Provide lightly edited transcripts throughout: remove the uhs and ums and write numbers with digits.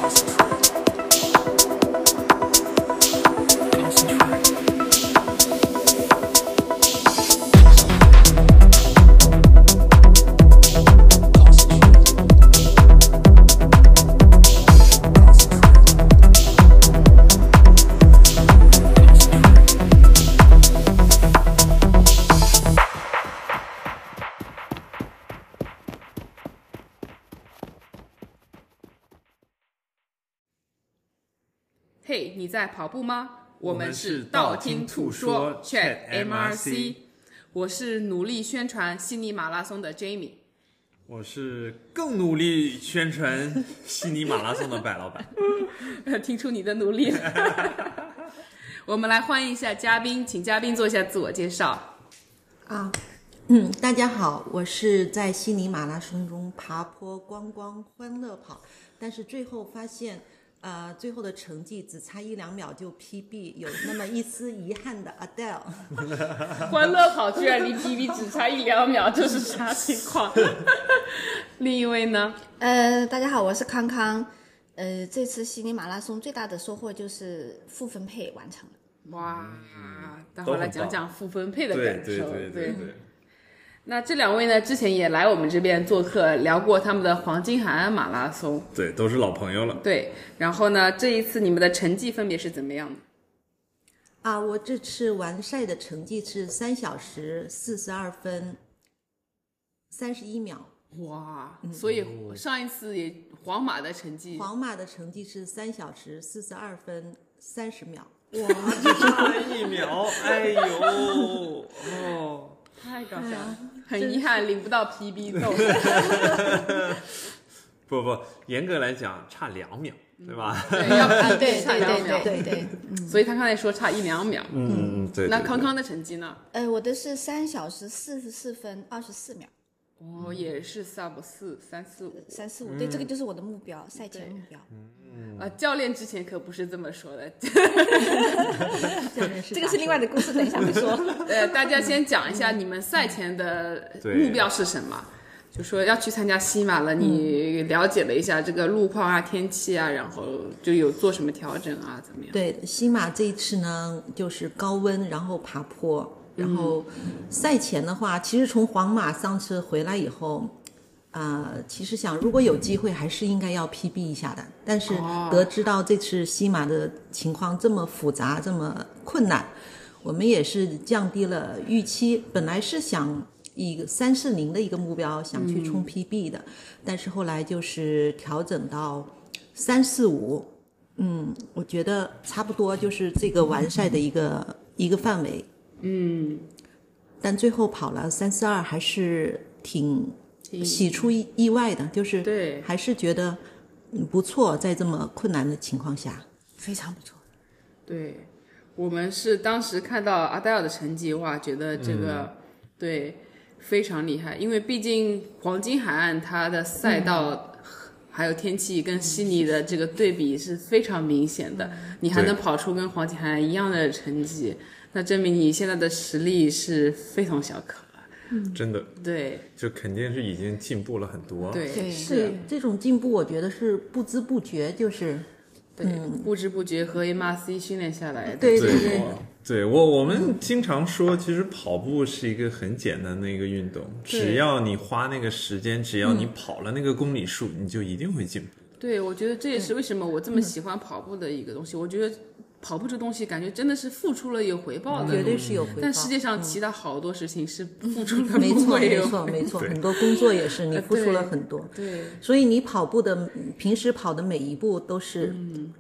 嘿，你在跑步吗？我们是道听途说 Chat MRC， 我是努力宣传悉尼马拉松的 Jamie， 我是更努力宣传悉尼马拉松的白老板。 听出你的努力了。我们来欢迎一下嘉宾，请嘉宾做一下自我介绍。 大家好，我是在悉尼马拉松中爬坡观光欢乐跑，但是最后发现最后的成绩只差1-2秒就 PB， 有那么一丝遗憾的 Adele。 欢乐跑居然离 PB 只差1-2秒，这是啥情况？另一位呢？ 大家好，我是康康。这次悉尼马拉松最大的收获就是负分配完成了。 哇，待会儿来讲讲负分配的感受。 对。 那这两位呢，之前也来我们这边做客，聊过他们的黄金海岸马拉松。 对，都是老朋友了。 对，然后呢，这一次你们的成绩分别是怎么样的？ 我这次完赛的成绩是3小时42分31秒。 哇，所以上一次也皇马的成绩是3小时42分30秒。 哇，只差了1秒，哎呦， 太搞笑了，很遗憾领不到 PB 豆。 不，严格来讲差2秒，对吧？ 对，要不对差2秒， 对。 所以他刚才说差1-2秒。 对。 那康康的成绩呢？ 我的是3小时44分24秒。 也是 sub 345， 对，这个就是我的目标，赛前目标。 教练之前可不是这么说的。 这个是另外的故事，等一下会说。 大家先讲一下你们赛前的目标是什么？就说要去参加西马了，你了解了一下这个路况啊、天气啊，然后就有做什么调整啊，怎么样？ 对，西马这一次呢，就是高温，然后爬坡。然后赛前的话，其实从皇马上次回来以后，其实想如果有机会还是应该要 PB 一下的，但是得知到这次西马的情况这么复杂这么困难，我们也是降低了预期，本来是想以340的一个目标想去冲 PB 的，但是后来就是调整到345，我觉得差不多就是这个完赛的一个范围。但最后跑了342，还是挺喜出意外的，就是对， 还是觉得不错，在这么困难的情况下， 非常不错。 对，我们是当时看到阿黛尔的成绩，哇，觉得这个对非常厉害，因为毕竟黄金海岸它的赛道还有天气跟悉尼的这个对比是非常明显的，你还能跑出跟黄金海岸一样的成绩，那证明你现在的实力是非同小可了。 真的， 对， 就肯定是已经进步了很多。 对， 是这种进步，我觉得是不知不觉，就是不知不觉和 MRC 训练下来的。 对， 我们经常说，其实跑步是一个很简单的一个运动，只要你花那个时间，只要你跑了那个公里数，你就一定会进步。 对，我觉得这也是为什么我这么喜欢跑步的一个东西。我觉得跑步这东西感觉真的是付出了有回报的， 绝对是有回报。 但世界上其他好多事情是付出了没错， 对， 很多工作也是你付出了很多。 对， 所以你跑步的平时跑的每一步都是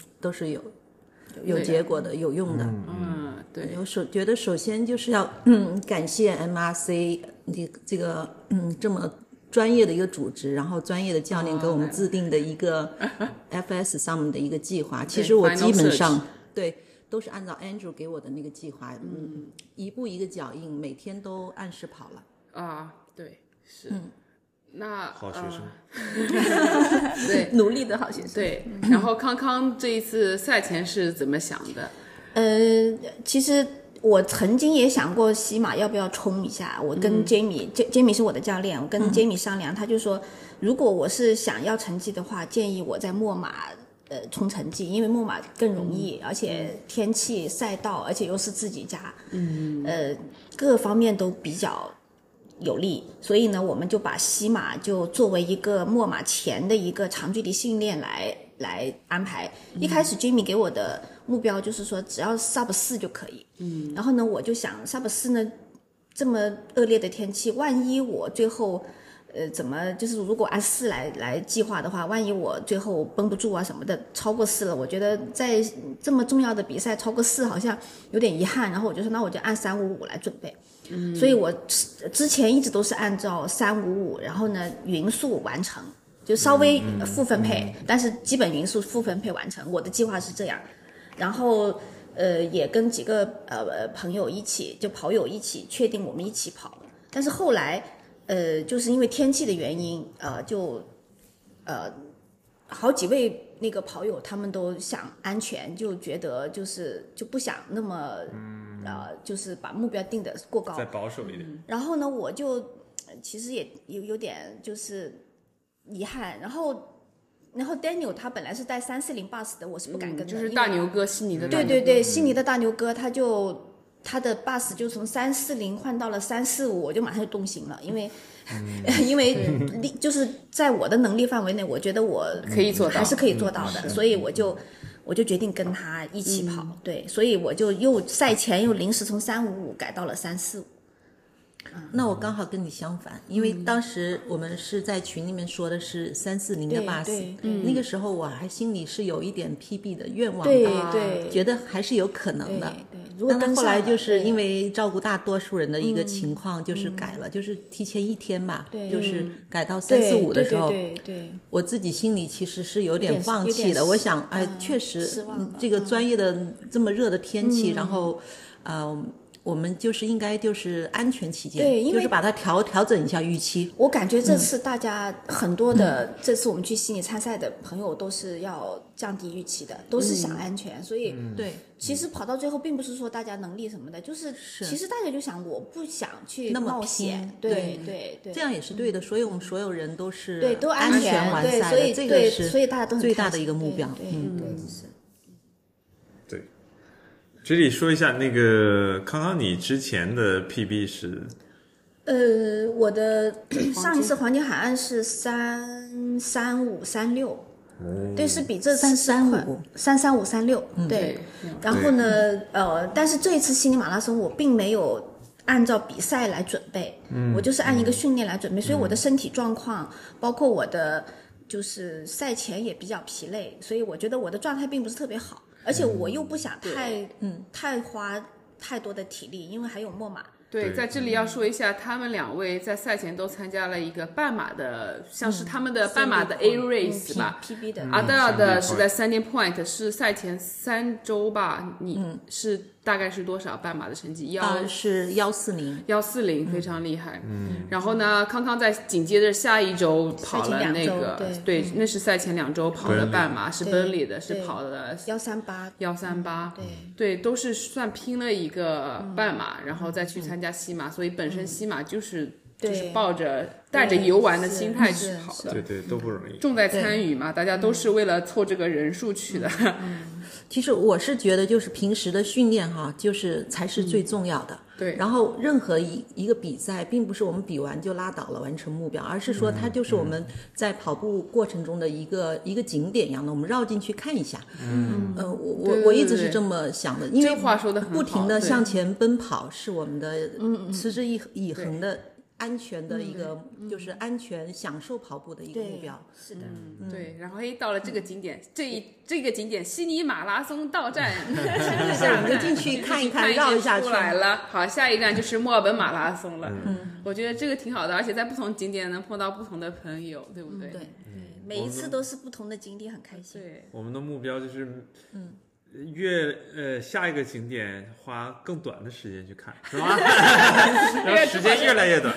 有结果的，有用的。 对。 觉得首先就是要感谢 MRC 这个这么专业的一个组织，然后专业的教练给我们制定的一个 FS 上面的一个计划。其实我基本上都是按照 Andrew 给我的那个计划，一步一个脚印，每天都按时跑了。 对，是。那好学生， 对， 努力的好学生。 对，然后康康这一次赛前是怎么想的？ 其实我曾经也想过西马要不要冲一下，我跟 Jamie 是我的教练，我跟 Jamie 商量，他就说如果我是想要成绩的话，建议我在墨马冲成绩，因为木马更容易，而且天气、赛道，而且又是自己家，各方面都比较有利，所以呢，我们就把西马就作为一个墨马前的一个长距离训练来安排。一开始 Jimmy 给我的目标就是说，只要 sub 4就可以。然后呢，我就想 sub 4呢，这么恶劣的天气，万一我最后怎么就是如果按4来计划的话，万一我最后绷不住啊什么的，超过4了，我觉得在这么重要的比赛超过4好像有点遗憾。然后我就说，那我就按355来准备。所以我之前一直都是按照355，然后呢匀速完成，就稍微负分配，但是基本匀速负分配完成。我的计划是这样，然后也跟几个朋友一起，就跑友一起确定我们一起跑。但是后来就是因为天气的原因，好几位那个跑友他们都想安全，就觉得就不想那么就是把目标定的过高， 再保守一点。 然后呢，我就其实也有点就是遗憾。然后 Daniel 他本来是带340 bus 的，我是不敢跟的， 就是大牛哥，悉尼的大牛哥。 对，悉尼的大牛哥，他的 bus 就从340换到了345，我就马上就动心了，因为就是在我的能力范围内，我觉得我可以做到， 还是可以做到的，所以我就决定跟他一起跑。对，所以我就又赛前又临时从355改到了345。 那我刚好跟你相反，因为当时我们是在群里面说的是340的 bus，那个时候我还心里是有一点 PB 的愿望的， 对， 觉得还是有可能的。但是后来就是因为照顾大多数人的一个情况，就是改了，就是提前1天吧，就是改到345的时候， 对， 我自己心里其实是有点放弃的。我想，确实这个专业的这么热的天气，然后我们就是应该就是安全起见， 对，因为就是把它调整一下预期。 我感觉这次大家很多的，这次我们去悉尼参赛的朋友都是要降低预期的，都是想安全，所以对， 其实跑到最后并不是说大家能力什么的，就是其实大家就想我不想去冒险，对， 这样也是对的。所以我们所有人都是对都安全完赛的， 这个是所以大家都很最大的一个目标。 对，是。 这里说一下，那个康康，你之前的 PB 是？ 我的上一次黄金海岸是33536，对，是比这次33536，对。然后呢，但是这一次悉尼马拉松我并没有按照比赛来准备，我就是按一个训练来准备，所以我的身体状况，包括我的就是赛前也比较疲累，所以我觉得我的状态并不是特别好。而且我又不想太花太多的体力，因为还有墨马。 对，在这里要说一下，他们2位在赛前都参加了一个半马的，像是他们的半马的 A race 吧。 PB 的。 阿德尔的是在Sandy Point，是赛前3周吧？你是大概是多少半马的成绩？ 是140， 非常厉害。然后呢，康康在紧接着下一周跑了那个，对，那是赛前2周跑的半马，是奔里的，是跑的138，对，都是算拼了一个半马，然后再去参加西马，所以本身西马就是带着游玩的心态去跑的， 对，都不容易， 重在参与嘛，大家都是为了凑这个人数去的。 其实我是觉得，就是平时的训练就是才是最重要的。 对。 然后任何一个比赛，并不是我们比完就拉倒了，完成目标，而是说它就是我们在跑步过程中的一个景点一样的，我们绕进去看一下。我一直是这么想的，因为不停的向前奔跑是我们的持之以恒的。安全的一个，就是安全享受跑步的一个目标。 是的， 对。然后到了这个景点，这个景点悉尼马拉松到站， 我们就进去看一看，绕一下出来了。好，下一站就是墨尔本马拉松了。我觉得这个挺好的，而且在不同景点能碰到不同的朋友，对不对？ 对，每一次都是不同的经历，很开心。 对， 我们的目标就是下一个景点花更短的时间去看，是吧？然后时间越来越短。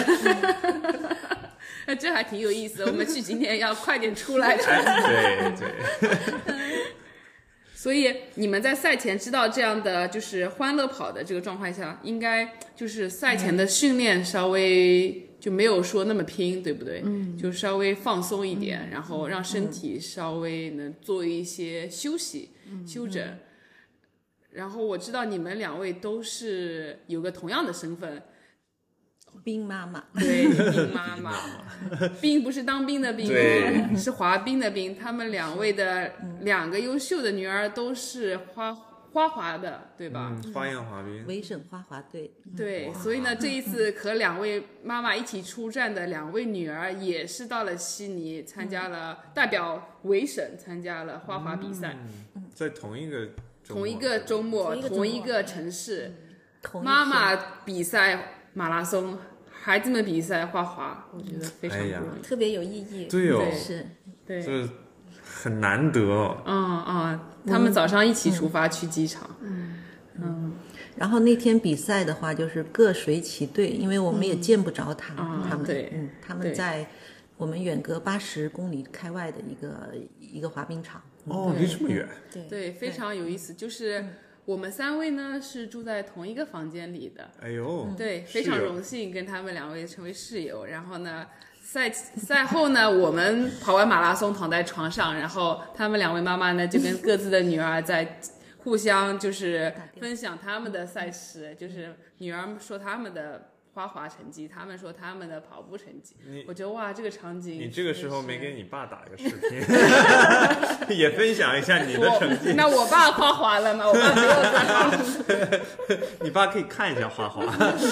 这还挺有意思的，我们去景点要快点出来。 对。 所以你们在赛前知道这样的就是欢乐跑的这个状况下，应该就是赛前的训练稍微就没有说那么拼，对不对？就稍微放松一点，然后让身体稍微能做一些休息、休整。然后我知道你们两位都是有个同样的身份， 冰妈妈， 对，冰妈妈，冰不是当兵的兵， 对， 是滑冰的冰。他们两位的2个优秀的女儿都是花滑的，对吧？ 花样滑冰， 维省花滑队。 对，所以呢，这一次和2位妈妈一起出战的2位女儿也是到了悉尼参加了，代表维省参加了花滑比赛， 在同一个周末，同一个城市， 同一妈妈比赛马拉松，孩子们比赛花滑，我觉得非常不容易， 特别有意义。 对哦， 是， 对， 这很难得哦。 他们早上一起出发去机场， 然后那天比赛的话，就是各随其队，因为我们也见不着他们， 对， 他们在我们远隔80公里开外的一个滑冰场。 哦，离这么远， 对，非常有意思。就是我们3位呢是住在同一个房间里的， 哎呦， 对，非常荣幸跟他们2位成为室友。然后呢，赛后呢，我们跑完马拉松躺在床上，然后他们2位妈妈呢就跟各自的女儿在互相就是分享他们的赛事，就是女儿说他们的花滑成绩，他们说他们的跑步成绩。我觉得哇，这个场景， 你这个时候没给你爸打个视频，也分享一下你的成绩。 那我爸花滑了吗？我爸没有在滑。 你爸可以看一下花滑。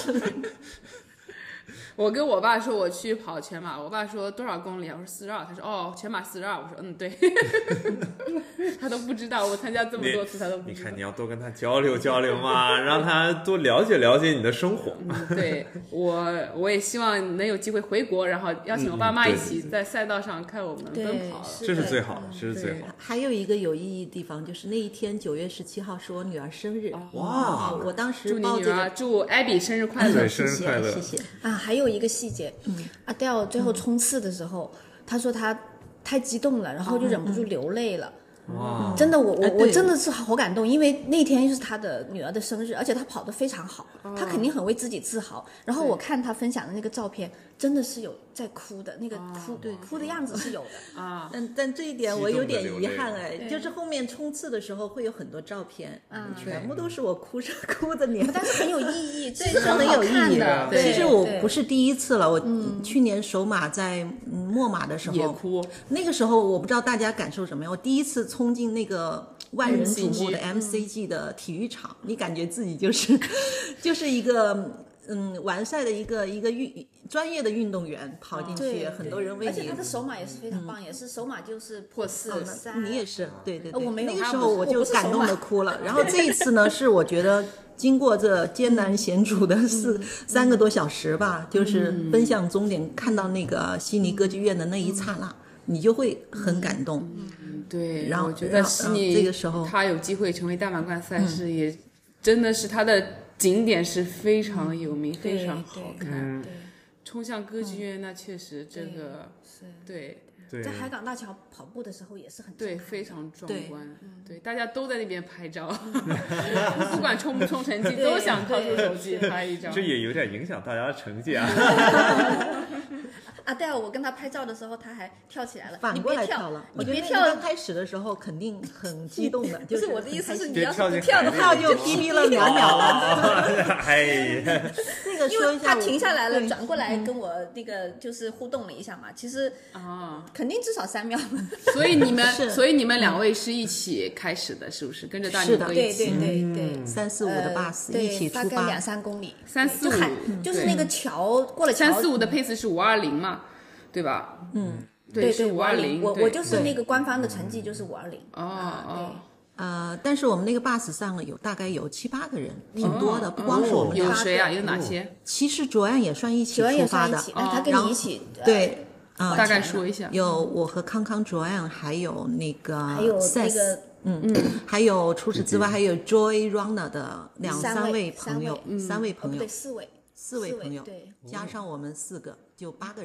我跟我爸说我去跑全马，我爸说多少公里啊？我说42，他说哦全马42，我说对，他都不知道我参加这么多次，他都不知道。 你看你要多跟他交流交流嘛，让他多了解了解你的生活。 对，我也希望能有机会回国，然后邀请我爸妈一起在赛道上看我们奔跑， 这是最好的，这是最好的。 还有一个有意义的地方，就是那一天9月17号是我女儿生日， 哇！ 我当时祝你女儿，祝艾比生日快乐， 对，生日快乐， 谢谢啊！还有一个细节，阿黛尔最后冲刺的时候，她说她太激动了，然后就忍不住流泪了。 哇！ 真的，我真的是好感动，因为那天是她的女儿的生日，而且她跑得非常好，她肯定很为自己自豪。然后我看她分享的那个照片，真的是有在哭的，那个哭的样子是有的啊。 但这一点我有点遗憾哎，就是后面冲刺的时候会有很多照片，全部都是我哭的脸， 但是很有意义，这是很有意义的。 其实我不是第一次了，我去年首马在墨马的时候也哭， 那个时候我不知道大家感受什么样，我第一次冲进那个万人瞩目的 MCG 的体育场，你感觉自己就是一个完赛的一个专业的运动员跑进去，很多人为你， 而且他的首马也是非常棒，也是首马就是破4.3， 你也是，对， 我没有， 那个时候我就感动的哭了。然后这一次呢，是我觉得经过这艰难险阻的3个多小时吧，就是奔向终点，看到那个悉尼歌剧院的那一刹那，你就会很感动。 对， 然后我觉得悉尼这个时候他有机会成为大满贯赛事，也真的是他的景点是非常有名，非常好看。冲向歌剧院，那确实这个对。 在海港大桥跑步的时候也是很对，非常壮观。对，大家都在那边拍照，不管冲不冲成绩，都想掏出手机拍一张。 这也有点影响大家的成绩啊。 阿黛尔，我跟他拍照的时候，他还跳起来了。 反过来跳了， 你别跳。 刚开始的时候肯定很激动的， 就是我的意思是，你要是不跳的话， 就哔哔了2秒了。 哎， 这个因为他停下来了， 对转过来跟我那个就是互动了一下嘛。其实肯定至少3秒。 所以你们2位是一起开始的，是不是？跟着大牛哥一起？ 对 ，345的 bus 一起出发， 大概2-3公里。 345 就是那个桥过了桥。 345的配置是520嘛，对吧？ 对 520。 我就是那个官方的成绩就是520。 但是我们那个 bus 上大概有7-8个人，挺多的，不光是我们。 有谁啊？有哪些？ 其实卓安也算一起出发的， 他跟你一起。 对。 大概说一下。 有我和康康、卓安，还有那个， 还有那个， 还有除此之外还有 Joy Runner 的2-3位朋友，3位朋友， 对，4位朋友， 对， 加上我们4个就8个人了。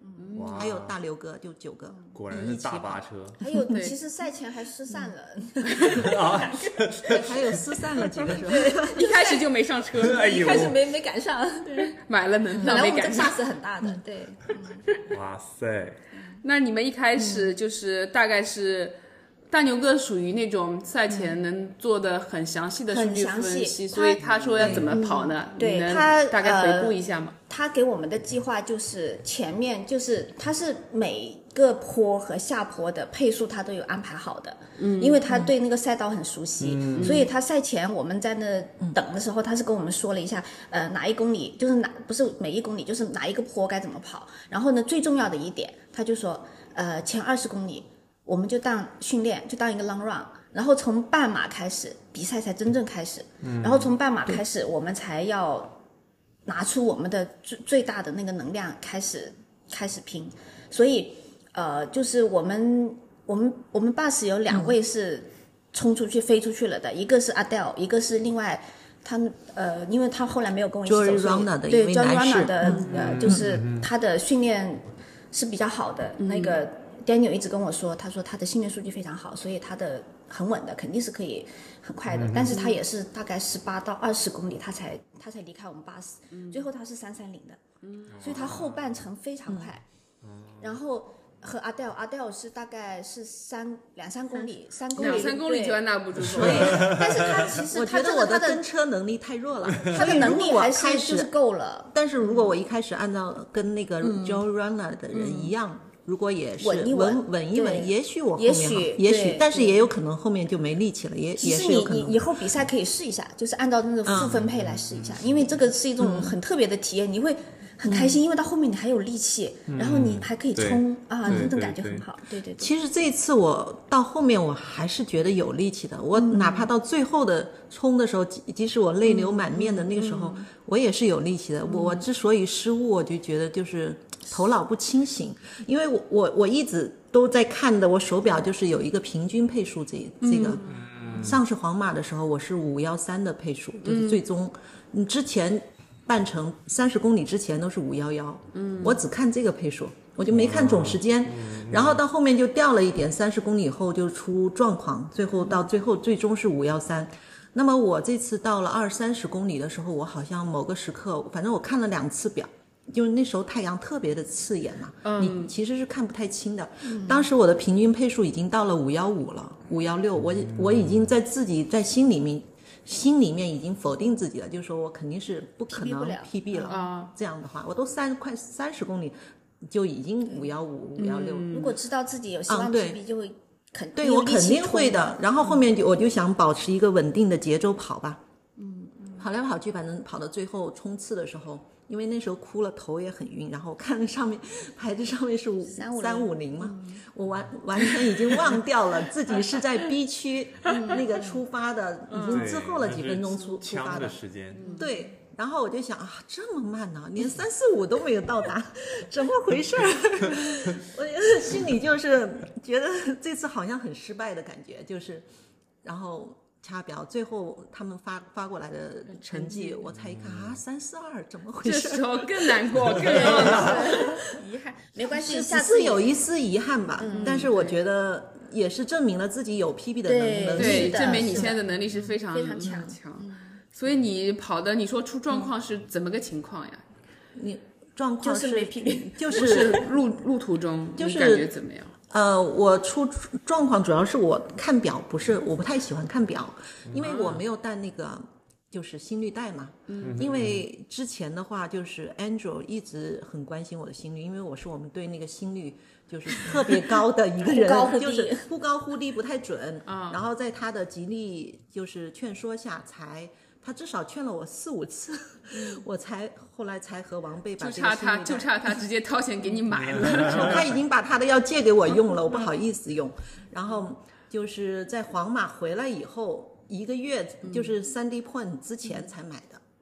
哇， 还有大刘哥就9个， 果然是大巴车。 还有对其实赛前还失散了， 还有失散了几个是吧？ 一开始就没上车， 哎呦， 开始没赶上。 买了门票本来我们这没赶上。 bus 很大的，对， 哇塞， 那你们一开始就是大概是大牛哥属于那种赛前能做的很详细的数据分析， 很详细所以他说要怎么跑呢？ 对你能他大概回顾一下吗？ 他给我们的计划就是前面就是他是每个坡和下坡的配速他都有安排好的，因为他对那个赛道很熟悉，所以他赛前我们在那等的时候，他是跟我们说了一下，哪一公里就是不是每一公里就是哪一个坡该怎么跑，然后呢最重要的一点，他就说前20公里我们就当训练，就当一个 long run， 然后从半马开始比赛才真正开始，然后从半马开始我们才要拿出我们的最大的那个能量开始拼，所以就是我们 bus 有2位是冲出去飞出去了的，一个是 Adele， 一个是另外他因为他后来没有跟我一起走， Joy Runner 的一对位 Joy 男士 Runner 的就是他的训练是比较好的，那个 Daniel 一直跟我说，他说他的训练数据非常好，所以他的很稳的，肯定是可以很快的。但是他也是大概18到20公里，他才离开我们bus，最后他是330的，所以他后半程非常快。然后和 Adele 是大概是2-3公里，3公里 2-3公里就按捺不住， 所以但是他其实我他觉得我的真的跟车能力太弱了， 他的能力还是所以如果我开始就是够了。 但是如果我一开始按照跟那个 Joy Runner 的人一样，如果也是稳一稳稳一稳， 对也许我后面好也也许对但是也有可能后面就没力气了，也其实是有可能。 你以后比赛可以试一下，就是按照那个负分配来试一下，因为这个是一种很特别的体验，你会很开心，因为到后面你还有力气，然后你还可以冲啊， 对那种感觉对很好。对对对。 其实这一次我到后面我还是觉得有力气的，我哪怕到最后的冲的时候，即使我泪流满面的那个时候，我也是有力气的。我之所以失误，我就觉得就是头脑不清醒，因为我一直都在看的，我手表就是有一个平均配速这个。上次皇马的时候，我是513的配速，就是最终，之前半程30公里之前都是511，我只看这个配速，我就没看总时间，然后到后面就掉了一点，30公里以后就出状况，最终是513。那么我这次到了20-30公里的时候，我好像某个时刻，反正我看了2次表。就是那时候太阳特别的刺眼嘛，你其实是看不太清的。当时我的平均配速已经到了515了，516，我已经在自己在心里面已经否定自己了，就是说我肯定是不可能 PB 了。这样的话，我都快30公里就已经515、516。 如果知道自己有希望 PB，就会对我肯定会的。然后后面我就想保持一个稳定的节奏跑吧，跑来跑去，反正跑到最后冲刺的时候。因为那时候哭了，头也很晕，然后看上面牌子上面是350嘛，我完全已经忘掉了自己是在 B 区那个出发的，已经滞后了几分钟出发的时间。 对，然后我就想啊，这么慢呢，连345都没有到达，怎么回事？我心里就是觉得这次好像很失败的感觉，就是，然后。掐表，最后他们发过来的成绩，我才一看啊，342，怎么回事？ 这时候更难过，更遗憾。 没关系， 只是有一丝遗憾吧。但是我觉得也是证明了自己有 PB 的能力， 对，证明你现在的能力是非常强。 所以你跑的，你说出状况是怎么个情况呀？ 你状况就是没 PB， 就是路途中， 就是你感觉怎么样？ 我出状况主要是我看表我不太喜欢看表，因为我没有带那个就是心率带嘛。因为之前的话就是 Andrew 一直很关心我的心率，因为我是我们队那个心率就是特别高的一个人，就是忽高忽低不太准。然后在他的极力就是劝说下他至少劝了我4-5次，我后来才和王贝把这个就差他直接掏钱给你买了。 他已经把他的要借给我用了，我不好意思用。然后就是在皇马回来以后1个月，就是3D Point 之前才买的。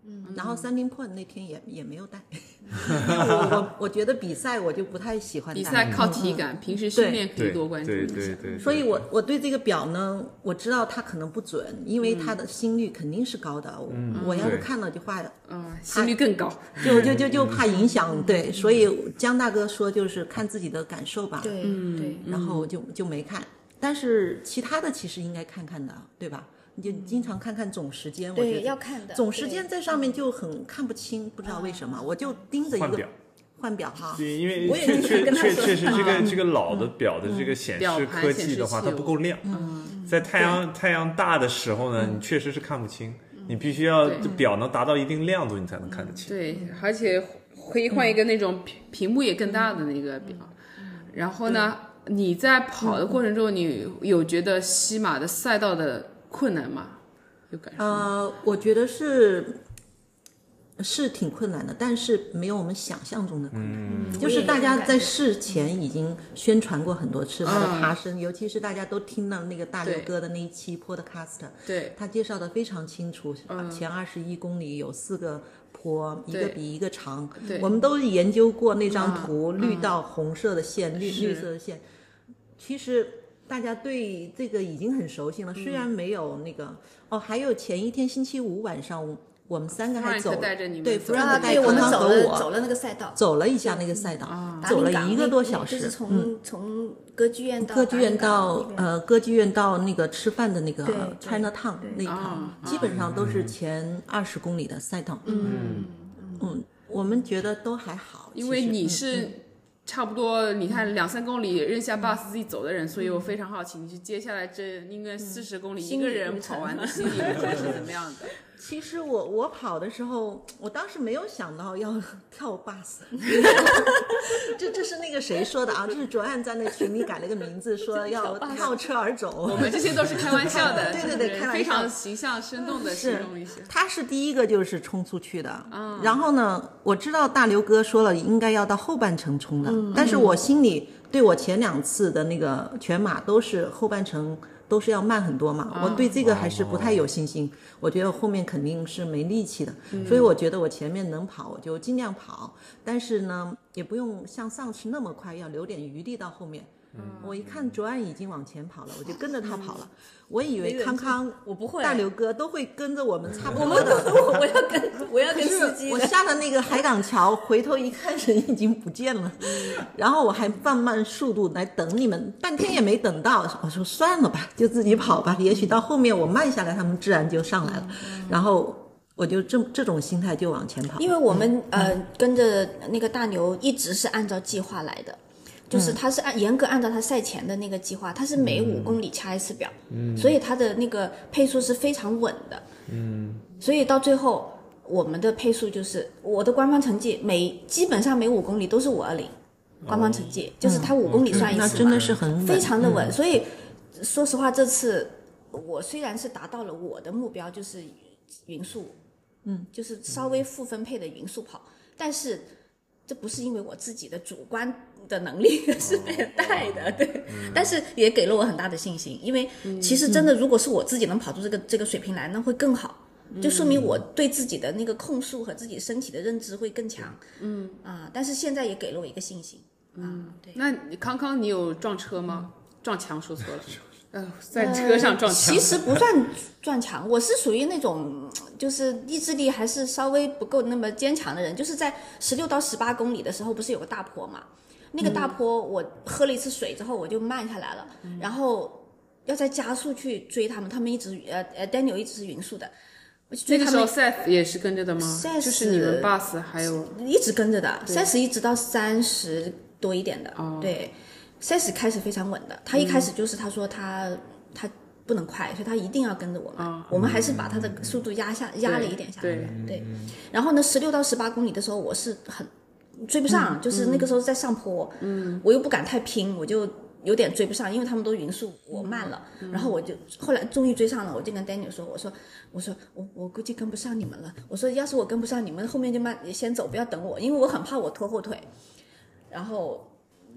然后3D point 那天也没有带，因为我觉得比赛我就不太喜欢带。 比赛靠体感，平时训练可以多关注一下。 对。 所以我对这个表呢，我知道它可能不准，因为它的心率肯定是高的，我要是看了就坏了， 心率更高， 就怕影响。对，所以江大哥说就是看自己的感受吧。 对，对， 然后就没看，但是其他的其实应该看看的，对吧？你就经常看看总时间，我觉对， 得要看的。 总时间在上面就很看不清，不知道为什么，我就盯着一个换表哈。 对，因为我也确实这个老的表的这个显示科技的话，它不够亮。在太阳大的时候呢，你确实是看不清，你必须要表能达到一定亮度，你才能看得清。 对，而且可以换一个那种屏幕也更大的那个表。然后呢，你在跑的过程中，你有觉得西马的赛道的困难吗？有感受？ 我觉得是挺困难的，但是没有我们想象中的困难。就是大家在事前已经宣传过很多次他的爬升，尤其是大家都听了那个大刘哥的那一期 podcast， 对， 他介绍的非常清楚，前21公里有4个坡，一个比一个长。我们都研究过那张图，绿到红色的线，绿色的线。其实大家对这个已经很熟悉了，虽然没有那个还有前一天星期五晚上，我们3个还走，对，Frank 带我们康和我走了那个赛道， 走了一下那个赛道，走了1个多小时， 就是从歌剧院到歌剧院到那个吃饭的那个 Chinatown 那一趟，基本上都是前20公里的赛道。我们觉得都还好， 因为你是差不多，你看2-3公里扔下 bus 自己走的人，所以我非常好奇，你是接下来这应该40公里一个人跑完的心理是怎么样的？ 其实我跑的时候，我当时没有想到要跳 bus， 这是那个谁说的啊？这是卓岸在那群里改了个名字，说要跳车而走。 我们这些都是开玩笑的， 对，开玩笑， 非常形象生动的形容一些。 他是第一个就是冲出去的，然后呢，我知道大刘哥说了应该要到后半程冲的，但是我心里对我前2次的那个全马都是后半程。都是要慢很多嘛，我对这个还是不太有信心，我觉得后面肯定是没力气的，所以我觉得我前面能跑我就尽量跑，但是呢也不用像上次那么快，要留点余地到后面。我一看卓岸已经往前跑了，我就跟着他跑了。我以为康康、 我不会， 大刘哥都会跟着我们差不多的。 我要跟司机。 我下了那个海港桥，回头一看人已经不见了，然后我还放慢速度来等你们，半天也没等到。我说算了吧，就自己跑吧，也许到后面我慢下来，他们自然就上来了。然后我就这种心态就往前跑。 因为我们跟着那个大牛一直是按照计划来的。就是他是严格按照他赛前的那个计划，他是每5公里掐一次表，所以他的那个配速是非常稳的，所以到最后我们的配速就是我的官方成绩基本上每5公里都是520，官方成绩就是他5公里算一次嘛， 那真的是很稳， 非常的稳。所以说实话，这次我虽然是达到了我的目标，就是匀速，就是稍微负分配的匀速跑，但是这不是因为我自己的主观的能力是被人带的，对，但是也给了我很大的信心，因为其实真的如果是我自己能跑出这个水平来，那会更好，就说明我对自己的那个控诉和自己身体的认知会更强，但是现在也给了我一个信心，对。 那康康你有撞车吗？撞墙说错了。在车上撞墙， 其实不算撞墙，我是属于那种就是意志力还是稍微不够那么坚强的人，就是在16到18公里的时候，不是有个大坡嘛？那个大坡我喝了一次水之后我就慢下来了，然后要再加速去追他们，他们一直Daniel 一直是匀速的。 那个时候 Seth 也是跟着的吗？ 就是你们 bus 还有一直跟着的 ，Seth 一直到30多一点的，对。Seth 开始非常稳的，他一开始就是他说他不能快，所以他一定要跟着我们，我们还是把他的速度压了一点下来，对。然后呢，16到18公里的时候我是很追不上，就是那个时候在上坡，我又不敢太拼，我就有点追不上，因为他们都匀速，我慢了，然后我就后来终于追上了，我就跟 Daniel 说，我说我估计跟不上你们了，我说要是我跟不上你们，后面就先走，不要等我，因为我很怕我拖后腿，然后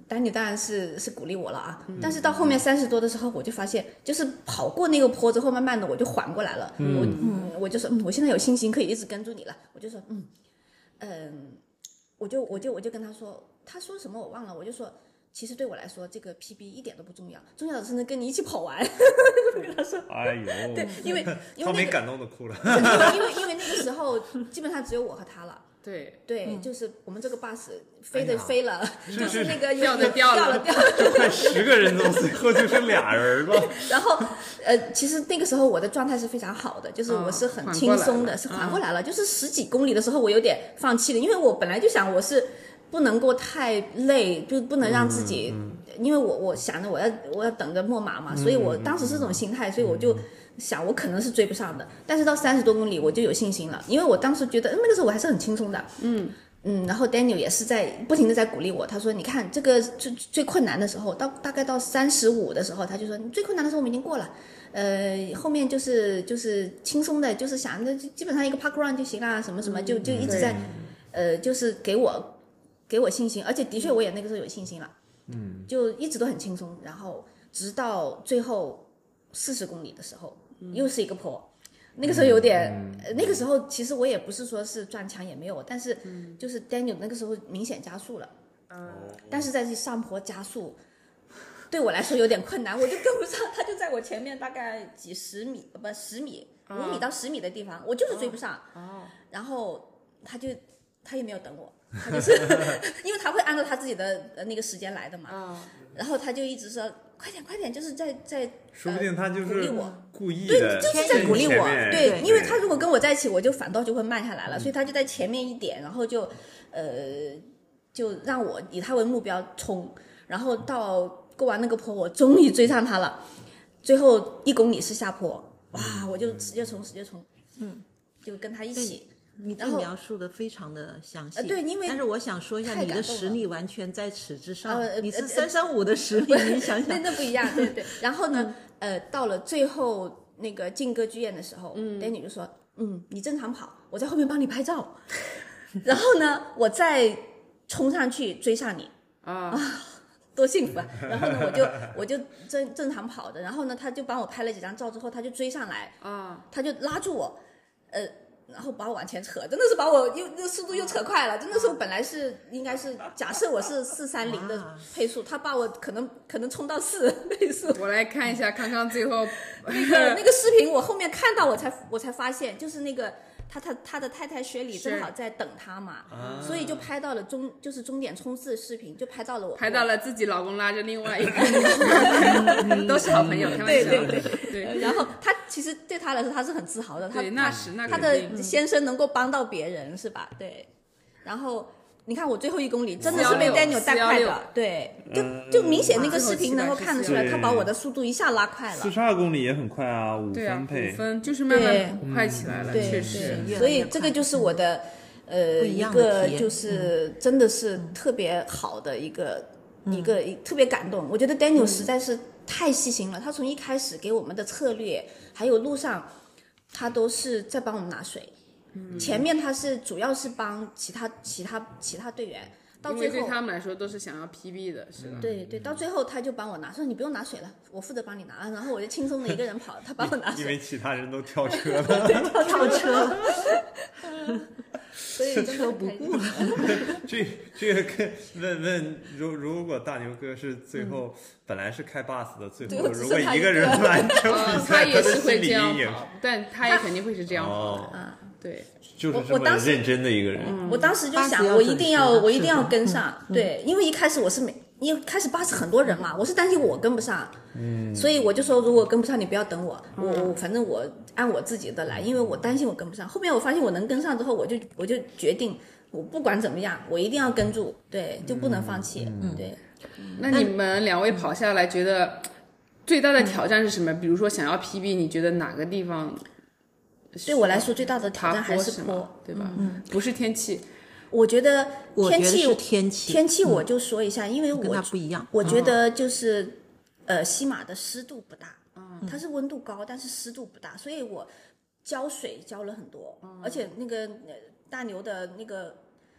丹尼当然是鼓励我了啊，但是到后面30多的时候，我就发现，就是跑过那个坡之后，慢慢的我就缓过来了。我就说，我现在有信心可以一直跟住你了。我就说，我就跟他说，他说什么我忘了，我就说，其实对我来说，这个 PB 一点都不重要，重要的是能跟你一起跑完。我跟他说， 哎呦， 对，因为他没感动的哭了。 因为那个时候基本上只有我和他了。对，就是我们这个 bus 飞了，就是那个掉了， 就快10个人了，最后就剩2人了。 然后其实那个时候我的状态是非常好的，就是我是很轻松的，是缓过来了。就是10几公里的时候，我有点放弃了，因为我本来就想我是不能够太累，就不能让自己，因为我想着我要等着墨马嘛，所以我当时是这种心态，所以我就想我可能是追不上的。但是到30多公里我就有信心了，因为我当时觉得那个时候我还是很轻松的。然后 Daniel 也是不停的在鼓励我，他说你看这个最困难的时候，大概到35的时候，他就说你最困难的时候我们已经过了，后面就是轻松的，就是想着基本上一个 park run 就行啊，什么什么就一直在就是给我信心，而且的确我也那个时候有信心了，就一直都很轻松，然后直到最后40公里的时候，又是一个坡。那个时候有点，那个时候其实我也不是说是撞墙也没有，但是就是 Daniel 那个时候明显加速了，但是在这上坡加速对我来说有点困难，我就跟不上，他就在我前面大概几十米，不10米，5米到10米的地方，我就是追不上，然后他也没有等我，他就是因为他会按照他自己的那个时间来的嘛，然后他就一直说快点，就是在说不定他就是鼓励我， 故意对， 的， 就是在鼓励我， 对， 因为他如果跟我在一起，我就反倒就会慢下来了，所以他就在前面一点，然后就让我以他为目标冲，然后到过完那个坡，我终于追上他了，最后1公里是下坡，哇，我就直接冲，就跟他一起。 你这描述的非常的详细， 对，因为但是我想说一下，你的实力完全在此之上，你是335的实力，你想想， 那不一样，对。然后呢，到了最后那个进歌剧院的时候，Danny 就说，你正常跑，我在后面帮你拍照，然后呢，我再冲上去追上你多幸福啊！然后呢，我就正常跑的，然后呢，他就帮我拍了几张照之后，他就追上来他就拉住我，然后把我往前扯，真的是把我那速度又扯快了，真的是我本来应该是假设我是430的配速，他把我可能冲到4配速。 我来看一下康康最后那个视频，我后面看到我才发现，就是那个他的太太薛里正好在等他嘛，所以就拍到了就是终点冲刺的视频，就拍到了我， 拍到了自己老公拉着另外一个，都是好朋友，开玩笑。对。 然后他其实对他来说他是很自豪的， 对， 他的先生能够帮到别人是吧？对。然后你看我最后1公里真的是被 Daniel 带快的，对，就明显那个视频能够看得出来，他把我的速度一下拉快了。 42公里也很快啊，5分配 ，5分就是慢慢快起来了，确实。 所以这个就是我的一个就是真的是特别好的一个特别感动。我觉得 Daniel 实在是太细心了，他从一开始给我们的策略，还有路上他都是在帮我们拿水。前面他是主要是帮其他队员，到最后因为对他们来说都是想要 PB 的，是吧？ 对，到最后他就帮我拿，说你不用拿水了，我负责帮你拿，然后我就轻松的一个人跑，他帮我拿水， 因为其他人都跳车了， 对，跳车，所以车不顾了。 这个问如果大牛哥是最后本来是开 bus 的，最后如果一个人完成比赛， 他也是会这样跑，但他也肯定会是这样跑的。对， 就是这么认真的一个人。 我当时就想，我一定要跟上，对，因为一开始因为开始巴士很多人嘛，我是担心我跟不上，所以我就说如果跟不上你不要等我，我反正我按我自己的来，因为我担心我跟不上。后面我发现我能跟上之后，我就决定我不管怎么样，我一定要跟住，对，就不能放弃，对。 那你们2位跑下来，觉得最大的挑战是什么？比如说想要 PB，你觉得哪个地方？ 对我来说最大的挑战还是坡， 对吧？不是天气。 我觉得天气我就说一下，因为跟它不一样。 我觉得就是西马的湿度不大，它是温度高，但是湿度不大，所以我浇水浇了很多，而且那个大牛的那个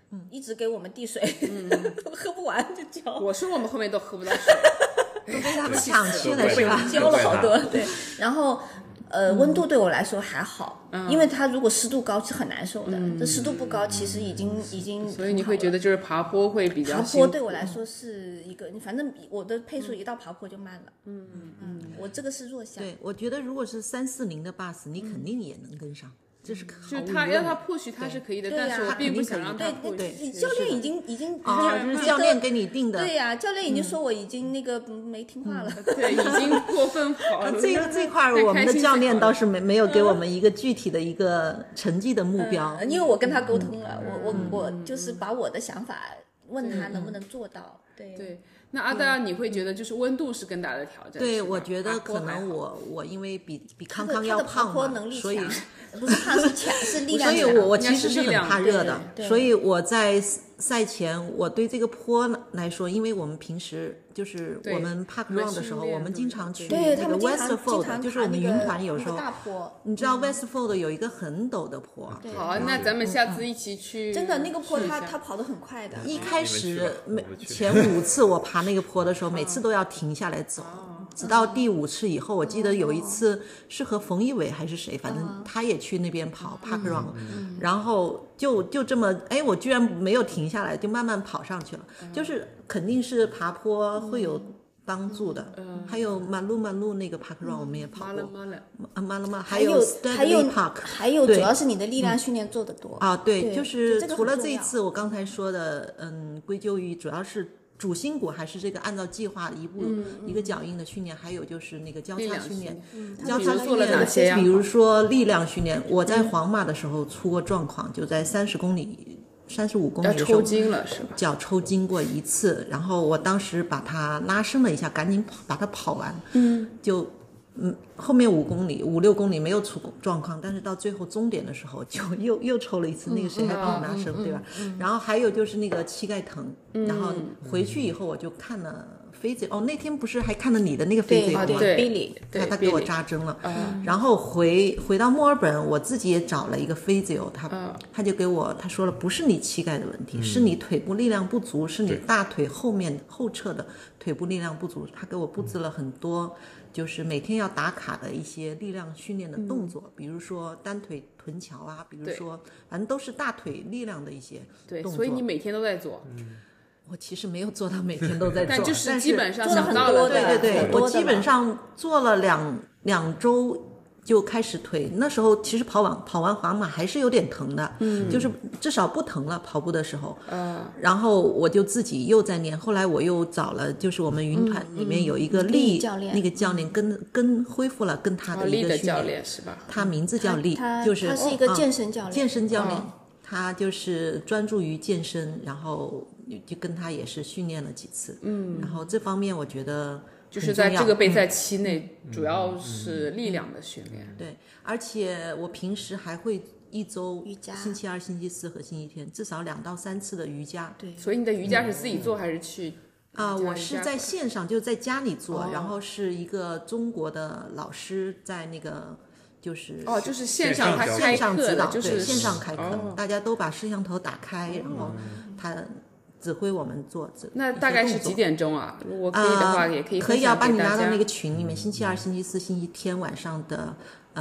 一直给我们递水，都喝不完就浇。 我说我们后面都喝不到水， 都被他们抢去了是吧？ 浇了好多，对。然后温度对我来说还好，因为它如果湿度高是很难受的。这湿度不高，其实已经。 所以你会觉得就是爬坡会比较爬坡对我来说是一个，反正我的配速一到爬坡就慢了。我这个是弱项。 对，我觉得如果是340的 bus， 你肯定也能跟上。这是就他让他push他是可以的，但是我并不想让他push。 对，教练已经就是教练给你定的。 对呀，教练已经说我已经那个没听话了。 对，已经过分跑了。 这块我们的教练倒是没有给我们一个具体的一个成绩的目标， 因为我跟他沟通了，我就是把我的想法问他能不能做到。 对。那阿黛尔，你会觉得就是温度是更大的挑战？ 对，我觉得可能我因为比康康要胖嘛，所以不是胖是强，是力量强。 所以我其实是很怕热的，所以我在赛前我对这个坡来说，因为我们平时就是我们 Park Run 的时候，我们经常去那个 Westfold， 就是我们云团有时候，你知道 Westfold 有一个很陡的坡。 好，那咱们下次一起去。 真的那个坡他跑得很快的。 一开始前5次我爬那个坡的时候，每次都要停下来走。直到第5次以后，我记得有一次是和冯一伟还是谁，反正他也去那边跑 Park Run，然后就这么，我居然没有停下来，就慢慢跑上去了。就是肯定是爬坡会有帮助的。还有马路那个 Park Run 我们也跑过，还有 Stanley Park， 还有主要是你的力量训练做得多啊。对，就是除了这一次我刚才说的，归咎于主要是。主心骨还是这个按照计划一个脚印的训练，还有就是那个交叉训练。交叉训练比如说力量训练，我在皇马的时候出过状况，就在35公里的时候抽筋了是吧？ 脚抽筋过一次，然后我当时把它拉伸了一下，赶紧把它跑完。就后面5、6公里没有出状况，但是到最后终点的时候就又抽了一次，那个谁还帮我拿绳，对吧？然后还有就是那个膝盖疼，然后回去以后我就看了physio，那天不是还看了你的那个physio吗？ 对， 他给我扎针了。然后回到墨尔本，我自己也找了一个physio，他就给我他说了，不是你膝盖的问题，是你腿部力量不足，是你大腿后侧的腿部力量不足。他给我布置了很多。就是每天要打卡的一些力量训练的动作，比如说单腿臀桥啊，比如说反正都是大腿力量的一些动作。 所以你每天都在做。 我其实没有做到每天都在做， 但就是基本上做了很多的。 对，我基本上做了两周。就开始腿，那时候其实跑完皇马还是有点疼的，就是至少不疼了跑步的时候。然后我就自己又在练，后来我又找了，就是我们云团里面有一个力教练， 那个教练跟恢复了跟他的一个训练。 教练是吧？ 他名字叫力，就是他是一个健身教练。 健身教练，他就是专注于健身，然后就跟他也是训练了几次。然后这方面我觉得。 就是在这个备赛期内，主要是力量的训练。 对，而且我平时还会1周瑜伽，星期2、星期4和星期天至少2到3次的瑜伽。 对， 所以你的瑜伽是自己做还是去？ 我是在线上，就在家里做，然后是一个中国的老师在那个。 就是线上指导， 就是线上开课，大家都把摄像头打开，然后他指挥我们做。 那大概是几点钟啊？如果可以的话，也可以可以把你拉到那个群里面。星期2、星期4、星期天晚上的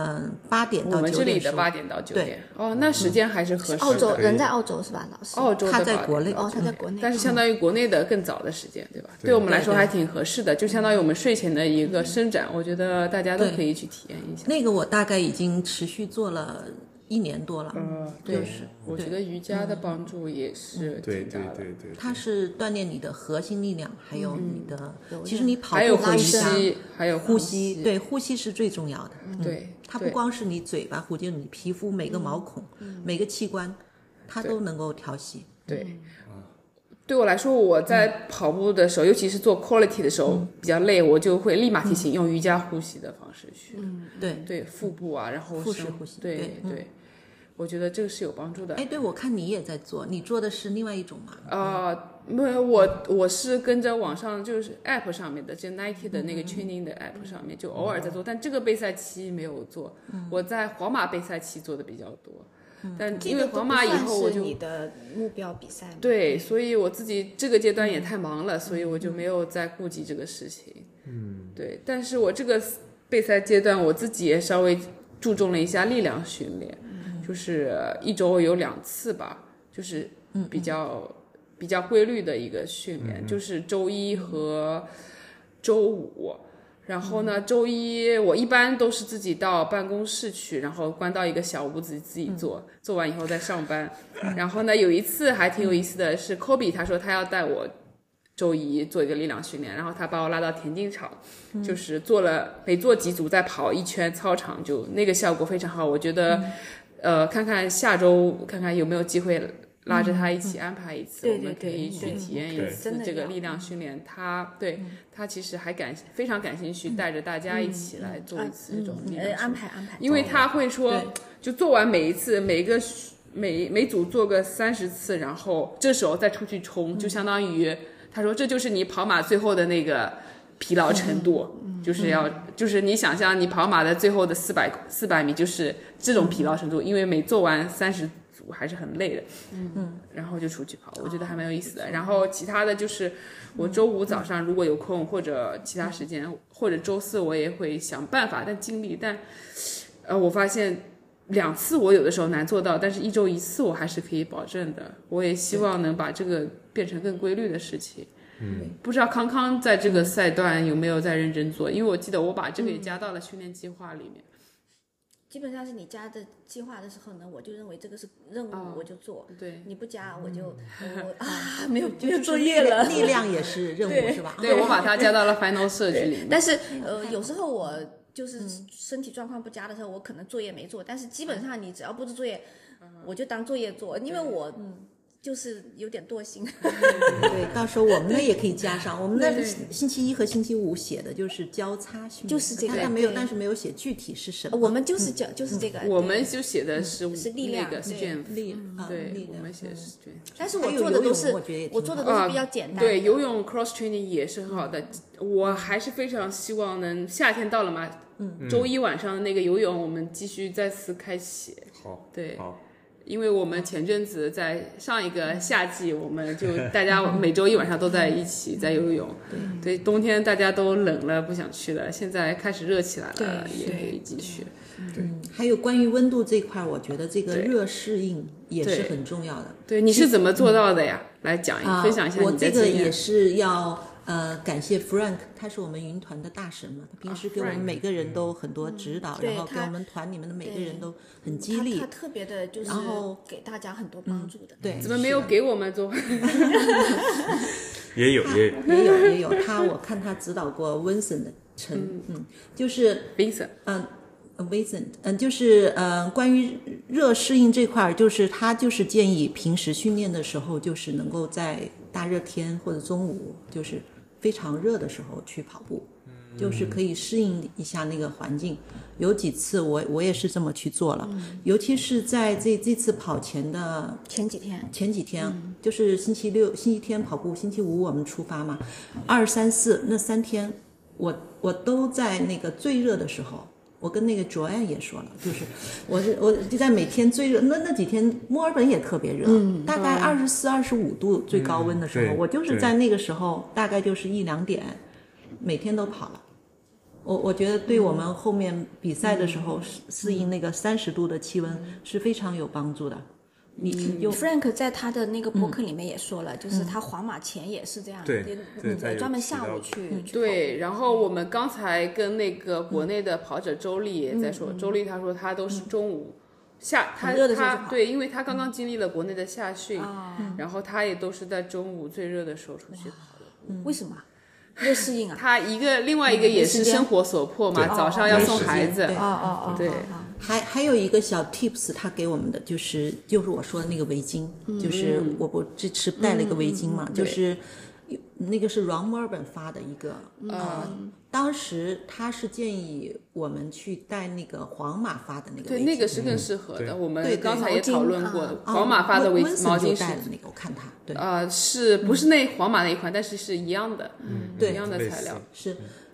8点到9点。 我们这里的8点到9点。那时间还是合适的。 澳洲人在澳洲是吧，老师？ 澳洲的他在国内。 他在国内。 但是相当于国内的更早的时间，对吧？对我们来说还挺合适的，就相当于我们睡前的一个伸展，我觉得大家都可以去体验一下。 那个我大概已经持续做了1年多了。 对，我觉得瑜伽的帮助也是挺大的。 对， 它是锻炼你的核心力量，还有你的，其实你跑步和瑜伽， 还有呼吸，对，呼吸是最重要的。 对， 它不光是你嘴巴呼吸，你皮肤每个毛孔、每个器官，它都能够调息。 对。对我来说，我在跑步的时候，尤其是做 quality 的时候比较累，我就会立马提醒用瑜伽呼吸的方式去。对，腹部啊，然后腹式呼吸。 对，我觉得这个是有帮助的。 对，我看你也在做，你做的是另外一种吗？ 没有，我是跟着网上就是 app 上面的，就 Nike 的那个 training 的 app 上面，就偶尔在做，但这个备赛期没有做。我在皇马备赛期做的比较多。 但因为皇马以后我就你的目标比赛嘛， 对，所以我自己这个阶段也太忙了，所以我就没有再顾及这个事情。对，但是我这个备赛阶段我自己也稍微注重了一下力量训练，就是1周有2次吧，就是比较规律的一个训练，就是周一和周五。然后呢，周一我一般都是自己到办公室去，然后关到一个小屋子自己做，做完以后再上班。然后呢，有一次还挺有意思的是，Kobe 他说他要带我周一做一个力量训练，然后他把我拉到田径场，就是每做几组再跑一圈操场，就那个效果非常好。我觉得，看看下周看看有没有机会拉着他一起安排一次，我们可以去体验一次这个力量训练。他其实还非常感兴趣，带着大家一起来做一次这种力量训练， 安排， 因为他会说，就做完每一次每组做个30次，然后这时候再出去冲，就相当于他说这就是你跑马最后的那个疲劳程度，就是你想象你跑马的最后的400米就是这种疲劳程度，因为每做完30组还是很累的，然后就出去跑，我觉得还蛮有意思的。然后其他的就是我周五早上如果有空，或者其他时间，或者周四我也会想办法，但我发现2次我有的时候难做到，但是1周1次我还是可以保证的。我也希望能把这个变成更规律的事情。不知道康康在这个赛段有没有在认真做，因为我记得我把这个也加到了训练计划里面。 基本上是你加的计划的时候呢，我就认为这个是任务，我就做。 对， 你不加我就没有作业了。 力量也是任务是吧？ 对，我把它加到了 final 设计里面。 但是有时候我就是身体状况不佳的时候，我可能作业没做，但是基本上你只要布置作业，我就当作业做，因为我就是有点惰性。 对，到时候我们那也可以加上，我们那星期1和星期5写的就是交叉训练， 就是这个， 但是没有写具体是什么。 我们就是这个， 我们就写的是力量， 对，我们写的是 strength。 但是我做的都是比较简单的。 对，游泳 cross training 也是很好的，我还是非常希望能夏天到了嘛，周一晚上的那个游泳我们继续再次开启。 好， 对， 好。 因为我们前阵子在上一个夏季，我们就大家每周一晚上都在一起在游泳。对，冬天大家都冷了不想去了，现在开始热起来了，也可以继续。 还有关于温度这块，我觉得这个热适应也是很重要的。 对，你是怎么做到的呀？来分享一下你的经验。 我这个也是要感谢 Frank， 他是我们云团的大神嘛，他平时给我们每个人都很多指导，然后给我们团里面的每个人都很激励。 他特别的就是给大家很多帮助的。 对， 怎么没有给我们做？ 也有。 我看他指导过 Vincent 的陈，就是 Vincent，就是关于热适应这块，就是他就是建议平时训练的时候，就是能够在大热天或者中午，就是非常热的时候去跑步，就是可以适应一下那个环境。有几次我也是这么去做了，尤其是在这次跑前的前几天， 就是星期天跑步，星期五我们出发嘛，2、3、4那3天，我都在那个最热的时候。我跟那个 Joanne 也说了，就是我就在每天最热那几天，墨尔本也特别热，大概24、25度最高温的时候，我就是在那个时候，大概就是1、2点，每天都跑了。我觉得对我们后面比赛的时候适应那个30度的气温是非常有帮助的。 Frank 在他的那个博客里面也说了，就是他皇马前也是这样，专门下午去对，然后我们刚才跟那个国内的跑者周丽也在说，周丽他说他都是中午他对，因为他刚刚经历了国内的夏训，然后他也都是在中午最热的时候出去跑的。 为什么？热适应啊？ 他另外一个也是生活所迫嘛，早上要送孩子。对。 还有一个小 tips， 他给我们的就是我说的那个围巾，就是我这次带了一个围巾嘛，就是那个是 Ron Melbourne 发的一个，当时他是建议我们去带那个皇马发的那个围巾， 对，那个是更适合的。我们刚才也讨论过的，皇马发的毛巾是那个，我看他对是不是那皇马那一款，但是是一样的，一样的材料是。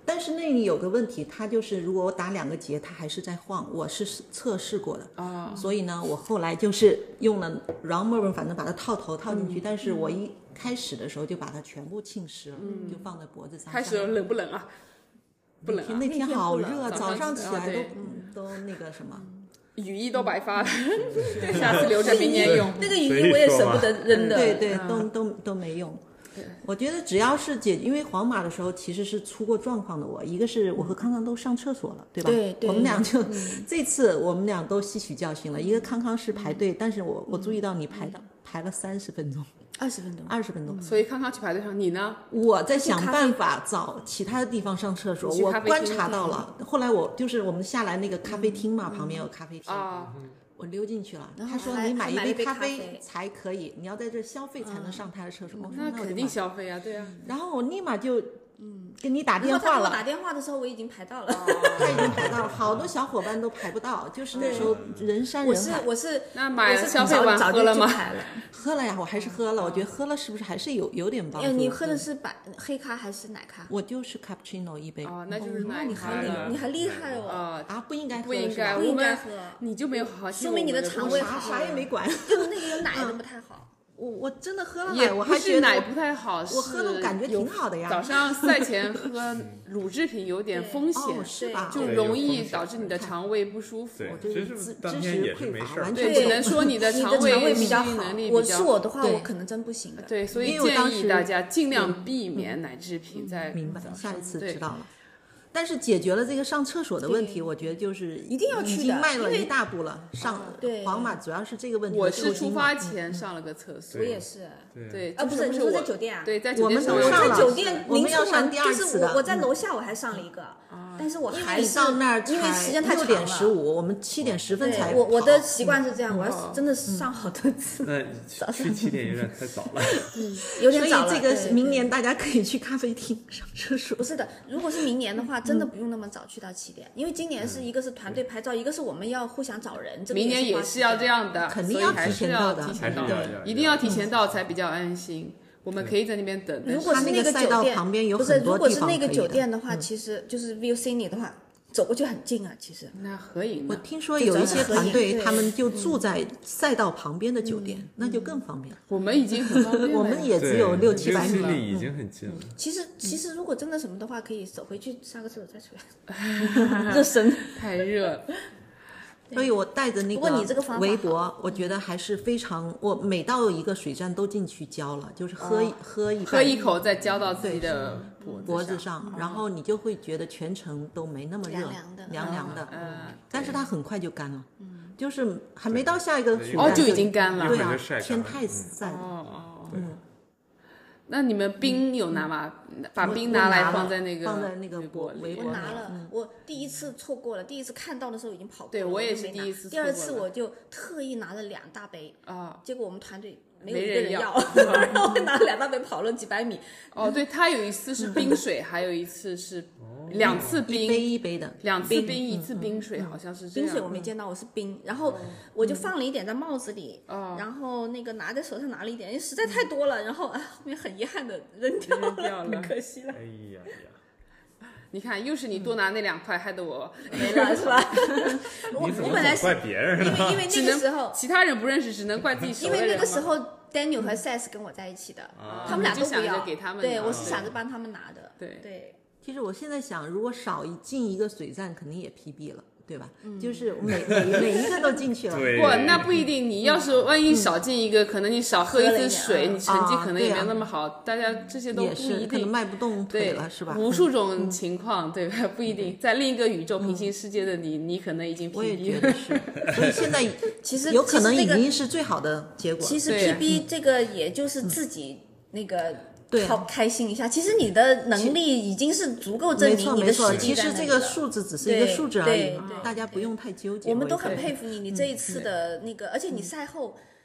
但是那里有个问题，它就是如果我打2个结，它还是在晃，我是测试过的所以呢，我后来就是用了 round mervyn， 反正把它套进去，但是我一开始的时候就把它全部浸湿了，就放在脖子上。 开始冷不冷啊？不冷啊， 那天好热，早上起来对都那个什么。 雨衣都白发了，下次留着明年用。 那个雨衣我也舍不得扔的， 对，都没用。我觉得只要是因为皇马的时候其实是出过状况的一个是我和康康都上厕所了，对吧？ 对， 我们俩就这次我们俩都吸取教训了。一个康康是排队，但是我注意到你排了30分钟。20分钟， 所以康康去排队上，你呢？ 我在想办法找其他的地方上厕所。我观察到了，后来我们下来那个咖啡厅嘛，旁边有咖啡厅我溜进去了。他说你买一杯咖啡才可以，你要在这消费才能上他的厕所。 那肯定消费啊，对啊。 然后我立马就跟你打电话了。 打电话的时候我已经排到了， 他已经排到了，好多小伙伴都排不到，就是那时候人山人海。 我是那买了消费完喝了吗？ 喝了呀，我还是喝了。我觉得喝了是不是还是有点帮助？ 你喝的是黑咖还是奶咖？ 我就是 cappuccino 一杯。 那就是奶咖了。 你还厉害哦！ 不应该喝， 不应该喝， 你就没有好好说明你的肠胃啥也没管， 就是那个有奶的不太好。 我真的喝了奶， 我还觉得奶不太好， 我喝的感觉挺好的呀。 早上赛前喝乳制品有点风险， 是吧？ 就容易导致你的肠胃不舒服。 我就是当天也是没事， 对，只能说你的肠胃比较好。我的话， 我可能真不行的。 对，所以建议大家尽量避免奶制品在。 明白，下一次知道了。但是解决了这个上厕所的问题，我觉得就是一定要去的， 已经迈了一大步了。皇马主要是这个问题。 我是出发前上了个厕所， 我也是。 对， 不是，你说在酒店啊？ 对，在酒店上。 我在酒店， 我们要上第2次的。 我在楼下我还上了一个，但是我还是到那儿， 因为时间太长了。 6点15，我们7点10分才。 我的习惯是这样，我要真的是上好多次。 那去7点有点太早了。 有点早了。 所以这个明年大家可以去咖啡厅上厕所。 不是的，如果是明年的话，真的不用那么早去到7点，因为今年是一个是团队拍照，一个是我们要互相找人。 明年也是要这样的， 肯定要提前到的， 一定要提前到才比较安心。我们可以在那边等。 如果是那个赛道旁边有很多地方可以的。 如果是那个酒店的话，其实就是 View Sydney 的话，走过去很近啊。其实那合影， 我听说有一些团队他们就住在赛道旁边的酒店，那就更方便。 我们已经很方便了， 我们也只有600-700米了， 已经很近了。 其实如果真的什么的话，可以走回去上个厕所再出来。热身太热。 所以我带着那个围脖，我觉得还是非常。我每到一个水站都进去浇了，就是喝一口，再浇到自己的脖子上，然后你就会觉得全程都没那么热，凉凉的。但是它很快就干了，就是还没到下一个水站就已经干了。 对啊，天太晒了。 那你们冰有拿吗？把冰拿来放在那个围脖。 我拿了，我第一次错过了，第一次看到的时候已经跑过了。 对，我也是第一次。 第2次我就特意拿了2大杯结果我们团队没有一个人要，然后我拿了2大杯跑了几百米。 对，他有一次是冰水，还有一次是2次冰， 一杯的 ，2次冰1次冰水，好像是这样。 冰水我没见到，我是冰，然后我就放了一点在帽子里，然后那个拿在手上拿了一点，因为实在太多了，然后后面很遗憾的扔掉了，很可惜了。 哎呀呀！ 你看，又是你多拿那2块，害得我没了，是吧？ 你怎么怪别人呢？ 因为那个时候其他人不认识，只能怪自己熟的人。 因为那个时候 Daniel 和 Seth 跟我在一起的，他们俩都不要给他们。 对，我是想着帮他们拿的。 对。 其实我现在想，如果少进一个水站，肯定也 PB 了。对吧？就是每一个都进去了。 不，那不一定。你要是万一少进一个，可能你少喝一次水，你成绩可能也没有那么好。大家这些都不一定， 可能迈不动腿了，是吧？ 无数种情况，对吧？不一定。在另一个宇宙平行世界的你可能已经 PB 了。 我也觉得是。所以现在其实有可能已经是最好的结果。 其实 PB 这个也就是自己那个。开心一下，其实你的能力已经是足够证明你的实力。 其实这个数字只是一个数字而已，大家不用太纠结。 我们都很佩服你这一次的那个，而且你赛后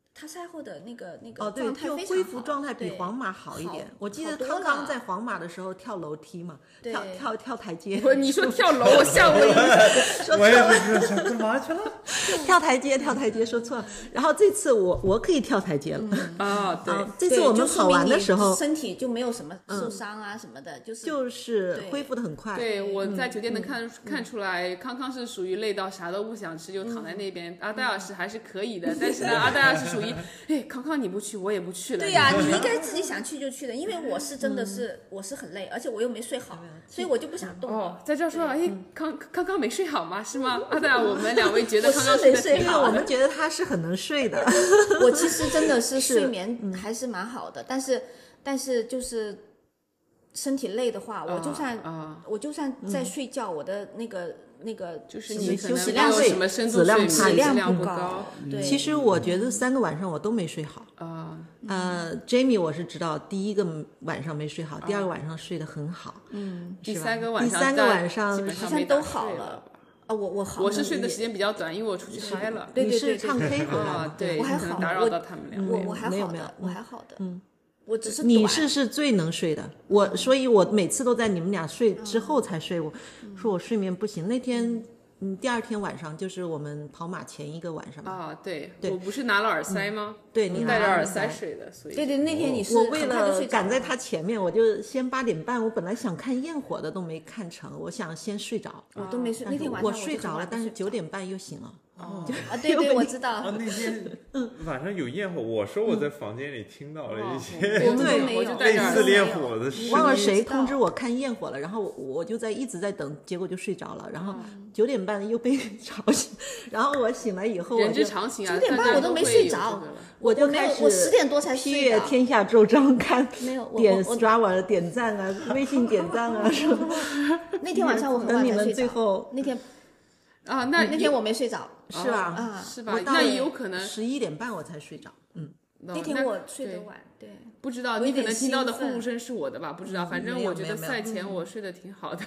他赛后的那个对，就状态非常恢复好状态比对皇马好一点。我记得好多康康了在皇马的时候跳楼梯嘛， 对跳台阶。 你说跳楼，我吓我一跳。 我也不知道干嘛去了。 跳台阶说错了。然后这次我可以跳台阶了。 对， 这次我们跑完的时候， 身体就没有什么受伤啊什么的， 就是恢复的很快。 对，我在酒店能看出来，康康是属于累到啥都不想吃，就躺在那边。阿黛尔是还是可以的，但是呢，阿黛尔是属于，康康你不去，我也不去了。 对呀，你应该自己想去就去的，因为我是真的是我是很累，而且我又没睡好，所以我就不想动。 在这说，康康没睡好吗？是吗？阿黛尔，我们2位觉得康康睡得挺好的。 我们觉得他是很能睡的。 我其实真的是睡眠还是蛮好的，但是就是身体累的话，我就算在睡觉，我的那个就是你休息量什么深度睡质量不高。 对， 其实我觉得3个晚上我都没睡好。Jamie 我是知道，第一个晚上没睡好，第2个晚上睡得很好。 第3个晚上， 第3个晚上基本上好像都好了。我好， 我是睡的时间比较短，因为我出去嗨了。 你是唱 K 回来对， 我还好， 打扰到他们2位。 我还好的，我还好的。我只是你是最能睡的，所以我每次都在你们俩睡之后才睡。我说我睡眠不行，那天第2天晚上就是我们跑马前一个晚上对，我不是拿了耳塞吗？ 对，你带着耳塞睡的，所以对，那天你是我为了赶在他前面，我就先8点半，我本来想看焰火的都没看成，我想先睡着， 我都没睡。那天晚上我睡着了，但是9点半又醒了。 对，我知道。 那天晚上有焰火，我说我在房间里听到了一些类似烈火的声音。 忘了谁通知我看焰火了，然后我就一直在等，结果就睡着了，然后9点半又被吵醒，然后我醒来以后， 人之常情啊 ，9点半我都没睡着， 我就开始我10点多才睡。 批阅天下周章，看没有点 Strava 点赞啊，微信点赞啊什么。 那天晚上我很晚才睡着。 等你们最后那天那天我没睡着， 是吧？ 是吧？那有可能 11点半我才睡着。 那天我睡得晚，对， 不知道你可能听到的呼噜声是我的吧？不知道，反正我觉得赛前我睡得挺好的。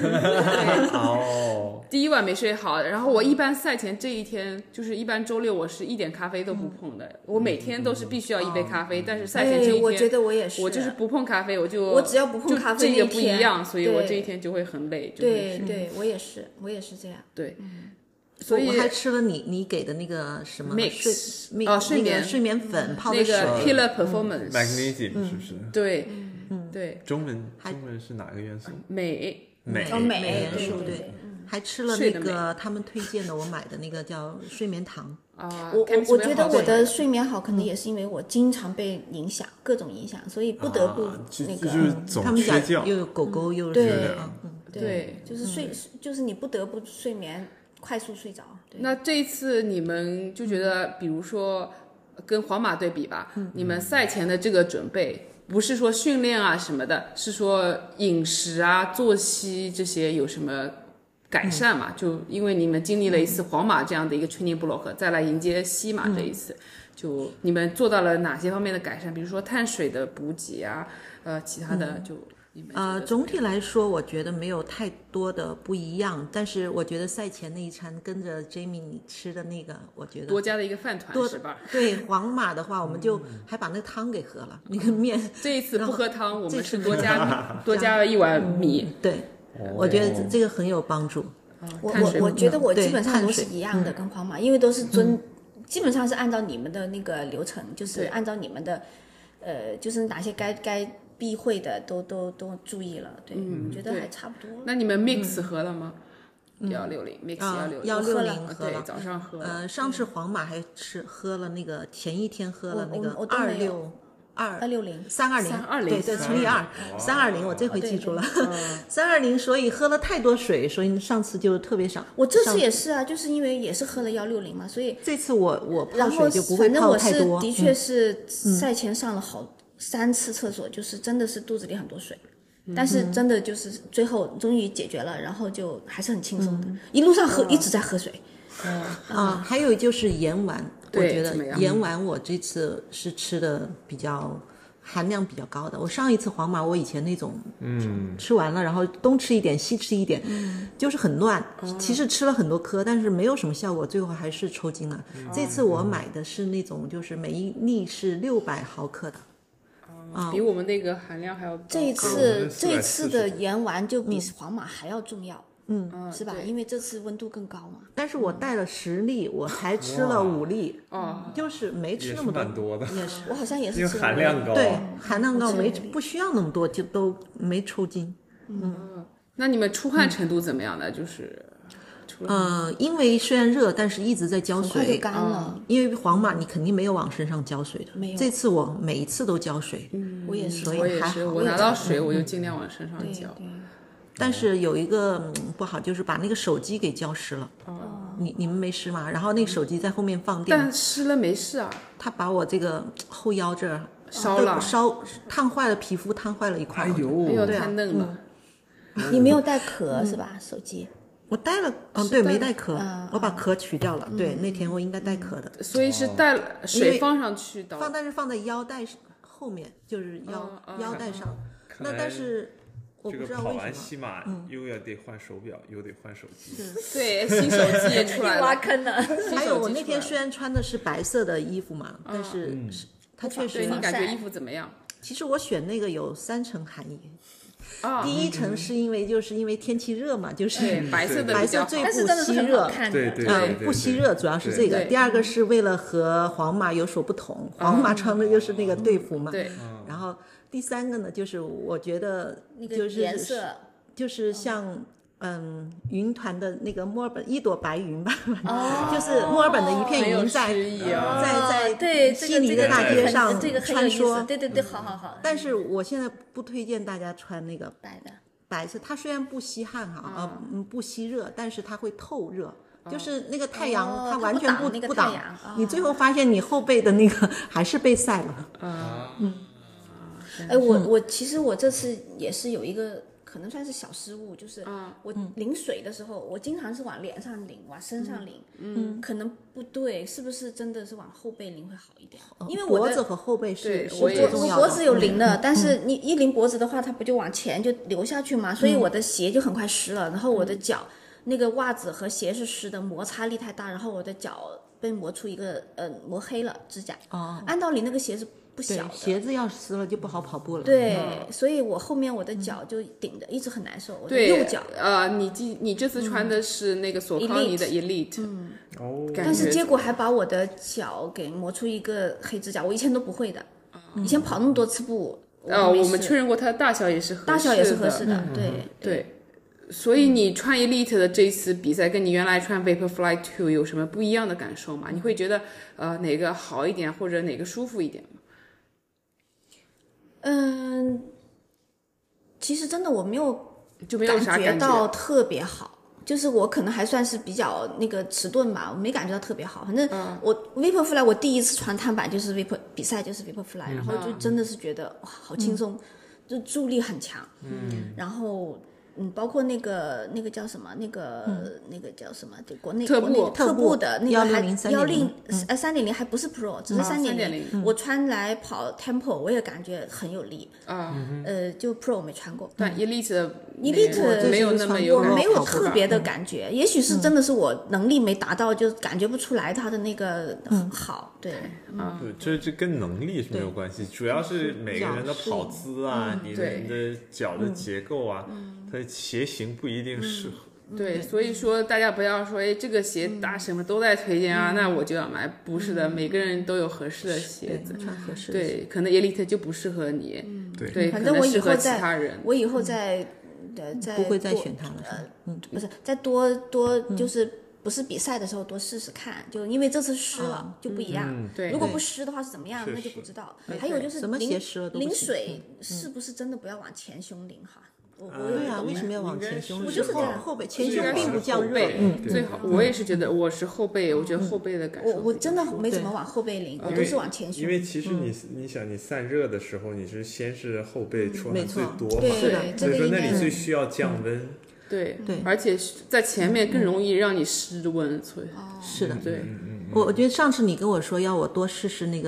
第1晚没睡好，然后我一般赛前这一天，就是一般周6我是一点咖啡都不碰的，我每天都是必须要1杯咖啡，但是赛前这一天， 我觉得我也是， 我就是不碰咖啡，我只要不碰咖啡， 这个不一样，所以我这一天就会很累。 对，我也是这样。 对。所以我还吃了你给的那个什么睡眠粉泡的水， 那个 Pillar Performance Magnesium 是不是？ 对，对。 中文是哪个元素？ 镁元素对。还吃了那个他们推荐的，我买的那个叫睡眠糖。 我觉得我的睡眠好，可能也是因为我经常被影响，各种影响，所以不得不那个。 他们讲又有狗狗又是对，就是你不得不睡眠。快速睡着。 那这一次你们就觉得，比如说跟皇马对比吧，你们赛前的这个准备，不是说训练啊什么的，是说饮食啊、作息这些有什么改善嘛？就因为你们经历了一次皇马这样的一个 training block， 再来迎接西马这一次，就你们做到了哪些方面的改善？比如说碳水的补给啊，其他的就。 总体来说，我觉得没有太多的不一样，但是我觉得赛前那一餐跟着 Jamie 你吃的那个，我觉得多加了一个饭团是吧？ 对，皇马的话，我们就还把那个汤给喝了，那个面。 这一次不喝汤，我们是多加了1碗米。 对，我觉得这个很有帮助。 我觉得我基本上都是一样的，跟皇马，因为都是基本上是按照你们的那个流程，就是按照你们的就是哪些该避讳的都注意了，对，我觉得还差不多。 那你们 mix 喝了吗？160 mix 160喝了，早上喝了。 上次皇马还喝了那个前一天喝了那个260，对，乘以2 320，我这回记住了320，所以喝了太多水，所以上次就特别少。 我这次也是啊，就是因为也是喝了160嘛，所以这次我泡水就不会泡太多。 反正我是的确是赛前上了3次厕所，就是真的是肚子里很多水，但是真的就是最后终于解决了，然后就还是很轻松的，一路上一直在喝水。 还有就是盐丸，我觉得怎么样？ 盐丸我这次是吃的比较含量比较高的。我上一次黄马，我以前那种，吃完了，然后东吃一点西吃一点，就是很乱。其实吃了很多颗，但是没有什么效果，最后还是抽筋了。这次我买的是那种，就是每一粒是600毫克的。 比我们那个含量还要高。 这一次的盐丸就比黄马还要重要，是吧？因为这次温度更高嘛。 但是我带了10粒，我才吃了5粒，就是没吃那么多， 也是蛮多的。 也是， 我好像也是因为含量高， 对，含量高，不需要那么多，就都没抽筋。 那你们出汗程度怎么样呢？就是因为虽然热，但是一直在浇很快就水， 干了。 因为黄马你肯定没有往身上浇水的， 没有这次我每一次都浇水， 我也是， 所以还好。 我也是，我拿到水我就尽量往身上浇。 但是有一个不好，就是把那个手机给浇湿了。你们没湿吗？然后那个手机在后面放电， 但湿了没事啊。 它把我这个后腰这儿烧了， 烫坏了皮肤，烫坏了一块。 哎呦，太嫩了。 你没有带壳是吧？手机我带了，对，没带壳，我把壳取掉了。对，那天我应该带壳的。 所以是带水放上去的， 但是放在腰带后面，就是腰带上。那但是我不知道为什么。 跑完西马又要得换手表，又得换手机。 对，新手机也出来了， 挖坑了。 还有我那天虽然穿的是白色的衣服嘛，但是它确实。 对，你感觉衣服怎么样？ 其实我选那个有3层含义。第一层是因为天气热嘛，就是白色最不吸热， 对， 不吸热主要是这个。第二个是为了和黄马有所不同，黄马穿的就是那个队服嘛。 对。 然后第三个呢，就是我觉得就是颜色， 就是像云团的那个墨尔本一朵白云吧，就是墨尔本的一片云在悉尼的大街上穿梭。 对，好。 但是我现在不推荐大家穿那个白色，它虽然不吸汗不吸热，但是它会透热。就是那个太阳，它完全不挡，你最后发现你后背的那个还是被晒了。 我其实我这次也是有一个可能算是小失误，就是我淋水的时候，我经常是往脸上淋，往身上淋，可能不对，是不是真的是往后背淋会好一点？因为我脖子和后背是我脖子有淋的，但是你一淋脖子的话，它不就往前就流下去嘛，所以我的鞋就很快湿了，然后我的脚那个袜子和鞋是湿的，摩擦力太大，然后我的脚被磨出一个磨黑了指甲。按道理那个鞋是不小的， 鞋子要湿了就不好跑步了。 对，所以我后面我的脚就顶着，一直很难受。我的右脚。 你这次穿的是那个索康尼的 Elite， 但是结果还把我的脚给磨出一个黑指甲，我以前都不会的，以前跑那么多次步。 我们确认过它的大小也是合适的， 对。所以你穿 Elite 的这次比赛，跟你原来穿 Vaporfly 2有什么不一样的感受吗？你会觉得哪个好一点，或者哪个舒服一点吗？ 其实真的我没有啥感觉到特别好，就是我可能还算是比较那个迟钝吧，我没感觉到特别好。反正我 Vaporfly 我第一次穿碳板就是比赛就是 Vaporfly，然后就真的是觉得哇好轻松，就助力很强，然后。包括那个叫什么，那个叫什么，就国内特步的那个还3.0还不是 Pro， 只是3.0。我穿来跑 Tempo 我也感觉很有力就 Pro 我没穿过。 但 Elite 没有那么没有特别的感觉，也许是真的是我能力没达到，就感觉不出来它的那个很好。对， 这跟能力是没有关系，主要是每个人的跑姿啊，你的脚的结构啊。它鞋型不一定适合， 对，所以说大家不要说，这个鞋大什么都在推荐啊，那我就要买，不是的，每个人都有合适的鞋子， 穿合适的鞋，对，可能 Elite 就不适合你，对， 反正我以后我以后再不会再选它了， 不是，再多就是不是比赛的时候多试试看，就因为这次湿了就不一样， 对， 如果不湿的话是怎么样，那就不知道。还有就是淋水是不是真的不要往前胸淋哈？ 对啊，为什么要往前胸？ 我就是这样， 后背前胸并不降热， 最好。我也是觉得我是后背，我觉得后背的感受。 我真的没怎么往后背淋，我都是往前胸。 因为其实你想你散热的时候，你是先是后背出汗最多嘛， 对， 所以说那里最需要降温。 对，而且在前面更容易让你失温，所以是的， 对。 我觉得上次你跟我说要我多试试那个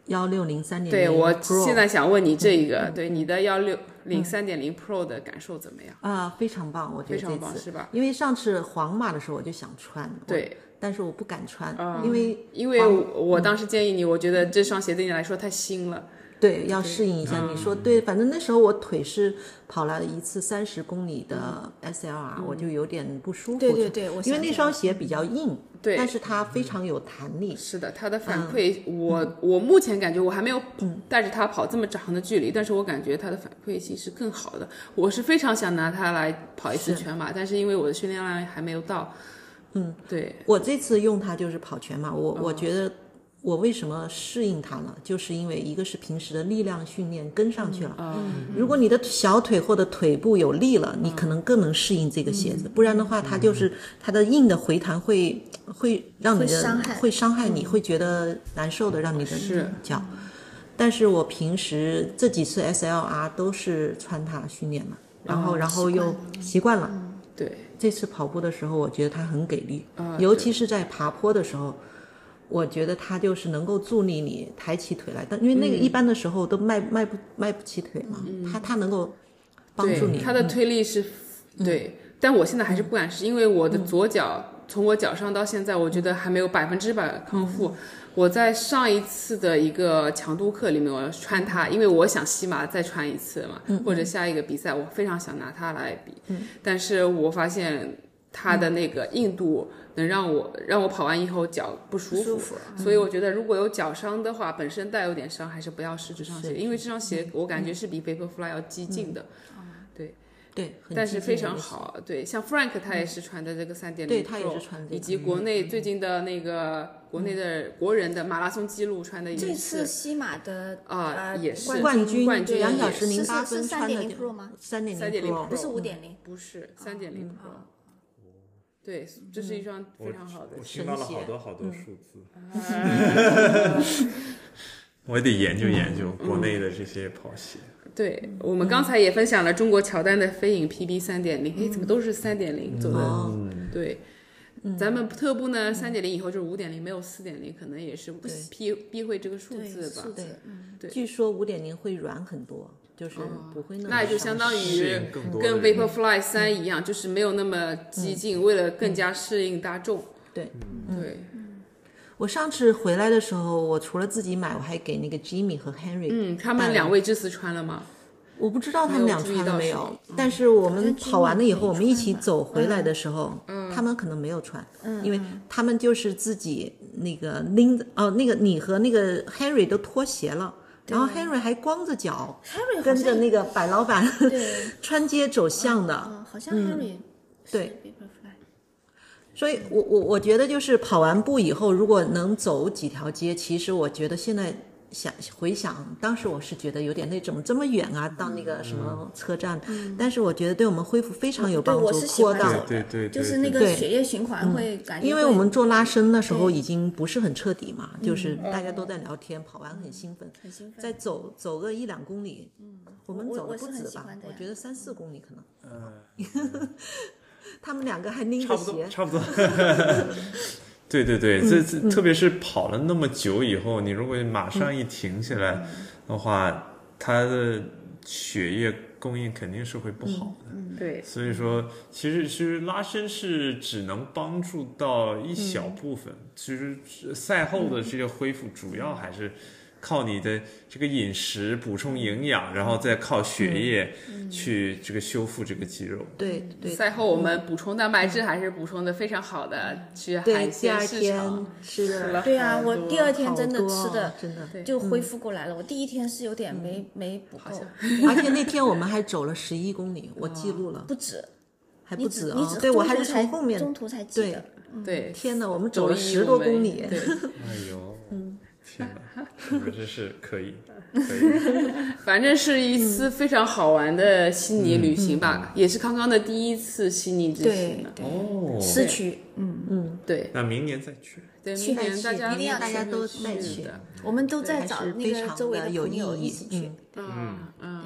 160 3.0 对，我 Pro 现在想问你这个，对你的160 3.0 Pro 的感受怎么样？ 非常棒，我觉得非常棒，是吧？ 因为上次皇马的时候我就想穿， 对， 但是我不敢穿， 因为我当时建议你，我觉得这双鞋对你来说太新了。 对，要适应一下。你说对，反正那时候我腿是跑了一次30公里的 SLR，我就有点不舒服。 对， 因为那双鞋比较硬， 对， 但是它非常有弹力。 是的，它的反馈，我目前感觉我还没有带着它跑这么长的距离，但是我感觉它的反馈性是更好的。我是非常想拿它来跑一次全马，但是因为我的训练量还没有到。对， 我这次用它就是跑全马，我觉得。我为什么适应它呢？就是因为一个是平时的力量训练跟上去了。如果你的小腿或者腿部有力了，你可能更能适应这个鞋子。不然的话，它就是它的硬的回弹会让你的会伤害你，会觉得难受的，让你的脚。但是我平时这几次 SLR 都是穿它训练了，然后又习惯了。 对， 这次跑步的时候，我觉得它很给力，尤其是在爬坡的时候。我觉得它就是能够助力你抬起腿来，但因为那个一般的时候都迈不起腿嘛，它能够帮助你。 它的推力是，对，但我现在还是不敢试，因为我的左脚从我脚上到现在，我觉得还没有100%康复。我在上一次的一个强度课里面，我要穿它，因为我想西马再穿一次嘛，或者下一个比赛，我非常想拿它来比，但是我发现它的那个硬度。能让我跑完以后脚不舒服，所以我觉得如果有脚伤的话，本身带有点伤，还是不要试这双鞋，因为这双鞋我感觉是比 Vaporfly 要激进的， 对， 但是非常好。对，像 Frank 他也是穿的这个3.0 对，他也是穿这个，以及国内最近的那个国内的国人的马拉松记录穿的也是。 这次西马的也是冠军 2 小时08分穿的 Pro 吗 ？3.0 Pro 不是5.0， 不是3.0 Pro。对，这是一双非常好的我听到了好多数字， 嗯我得研究研究国内的这些跑鞋。 对，我们刚才也分享了中国乔丹的飞影 PB 3.0，怎么都是3.0走的？对，咱们特步呢3.0以后就是5.0，没有4.0，可能也是避讳这个数字吧。 对，据说5.0会软很多。就是不会那也就相当于跟 Vaporfly 3一样，就是没有那么激进，为了更加适应大众。 对， 我上次回来的时候，我除了自己买，我还给那个 Jimmy 和 Henry。 他们两位这次穿了吗？ 我不知道他们俩穿了没有，但是我们跑完了以后，我们一起走回来的时候，他们可能没有穿，因为他们就是自己那个拎着那个你和那个 Henry 都脱鞋了。然后 Henry 还光着脚，跟着那个白老板穿街走巷的， 好像 Henry 对。所以我觉得就是跑完步以后，如果能走几条街，其实我觉得现在回想，当时我是觉得有点那种这么远啊，到那个什么车站，但是我觉得对我们恢复非常有帮助，扩大， 对， 就是那个血液循环会感觉， 因为我们做拉伸的时候已经不是很彻底嘛，就是大家都在聊天，跑完很兴奋，再走个1-2公里，我们走的不止吧，我觉得3-4公里可能，他们两个还拎着鞋， 差不多。对，这特别是跑了那么久以后，你如果马上一停下来的话，它的血液供应肯定是会不好的。 对， 所以说其实拉伸是只能帮助到一小部分，其实赛后的这个恢复主要还是靠你的这个饮食补充营养，然后再靠血液去这个修复这个肌肉。 对， 赛后我们补充蛋白质还是补充的非常好的，去海鲜市场吃了。 对啊，我第2天真的吃的真的就恢复过来了。我第1天是有点没补够， 而且那天我们还走了11公里，我记录了， 不止， 还不止啊！ 对，我还是从后面中途才记得。 对， 天哪，我们走了10多公里。 对， 哎呦，天哪，你们这是可以。 反正是一次非常好玩的悉尼旅行吧，也是康康的第1次悉尼之行。 哦， 市区， 对。 那明年再去。 对，明年大家都再去的， 我们都在找那个周围的朋友一起去。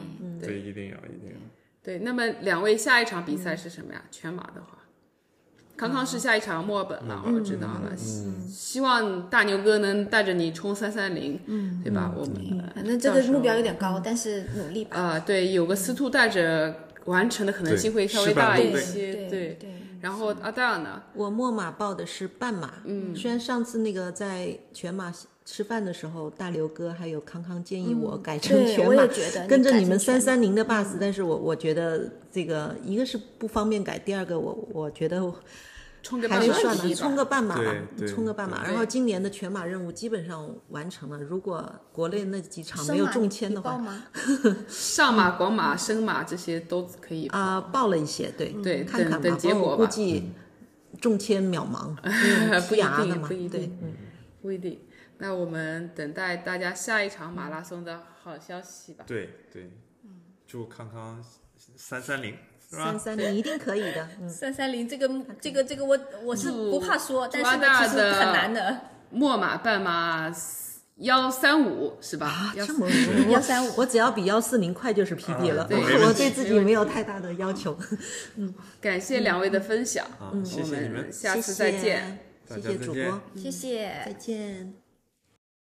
对，一定要。 对，那么2位下一场比赛是什么呀？全马的话， 康康是下一场墨尔本了，我知道了。希望大牛哥能带着你冲330，对吧？我们反正这个目标有点高，但是努力吧。 对，有个司徒带着，完成的可能性会稍微大一些。对。然后阿黛尔呢？ 我墨马报的是半马。虽然上次那个在全马吃饭的时候，大刘哥还有康康建议我改成全马，跟着你们330的 bus，但是我觉得这个一个是不方便改，第二个我觉得还是算了，冲个半马吧，冲个半马。然后今年的全马任务基本上完成了，如果国内那几场没有中签的话， 上马、广马、深马这些都可以报了一些，对，看看吧， 等结果吧。 估计中签渺茫， 不一定， 不一定。 那我们等待大家下一场马拉松的好消息吧。 对，祝康康330。 330一定可以的。 330这个我是不怕说，但是其实很难的。 墨马半马135是吧 ？135， 我只要比140快就是 PB 了。我对自己没有太大的要求。 感谢2位的分享， 谢谢你们， 下次再见。 谢谢主播， 谢谢， 再见。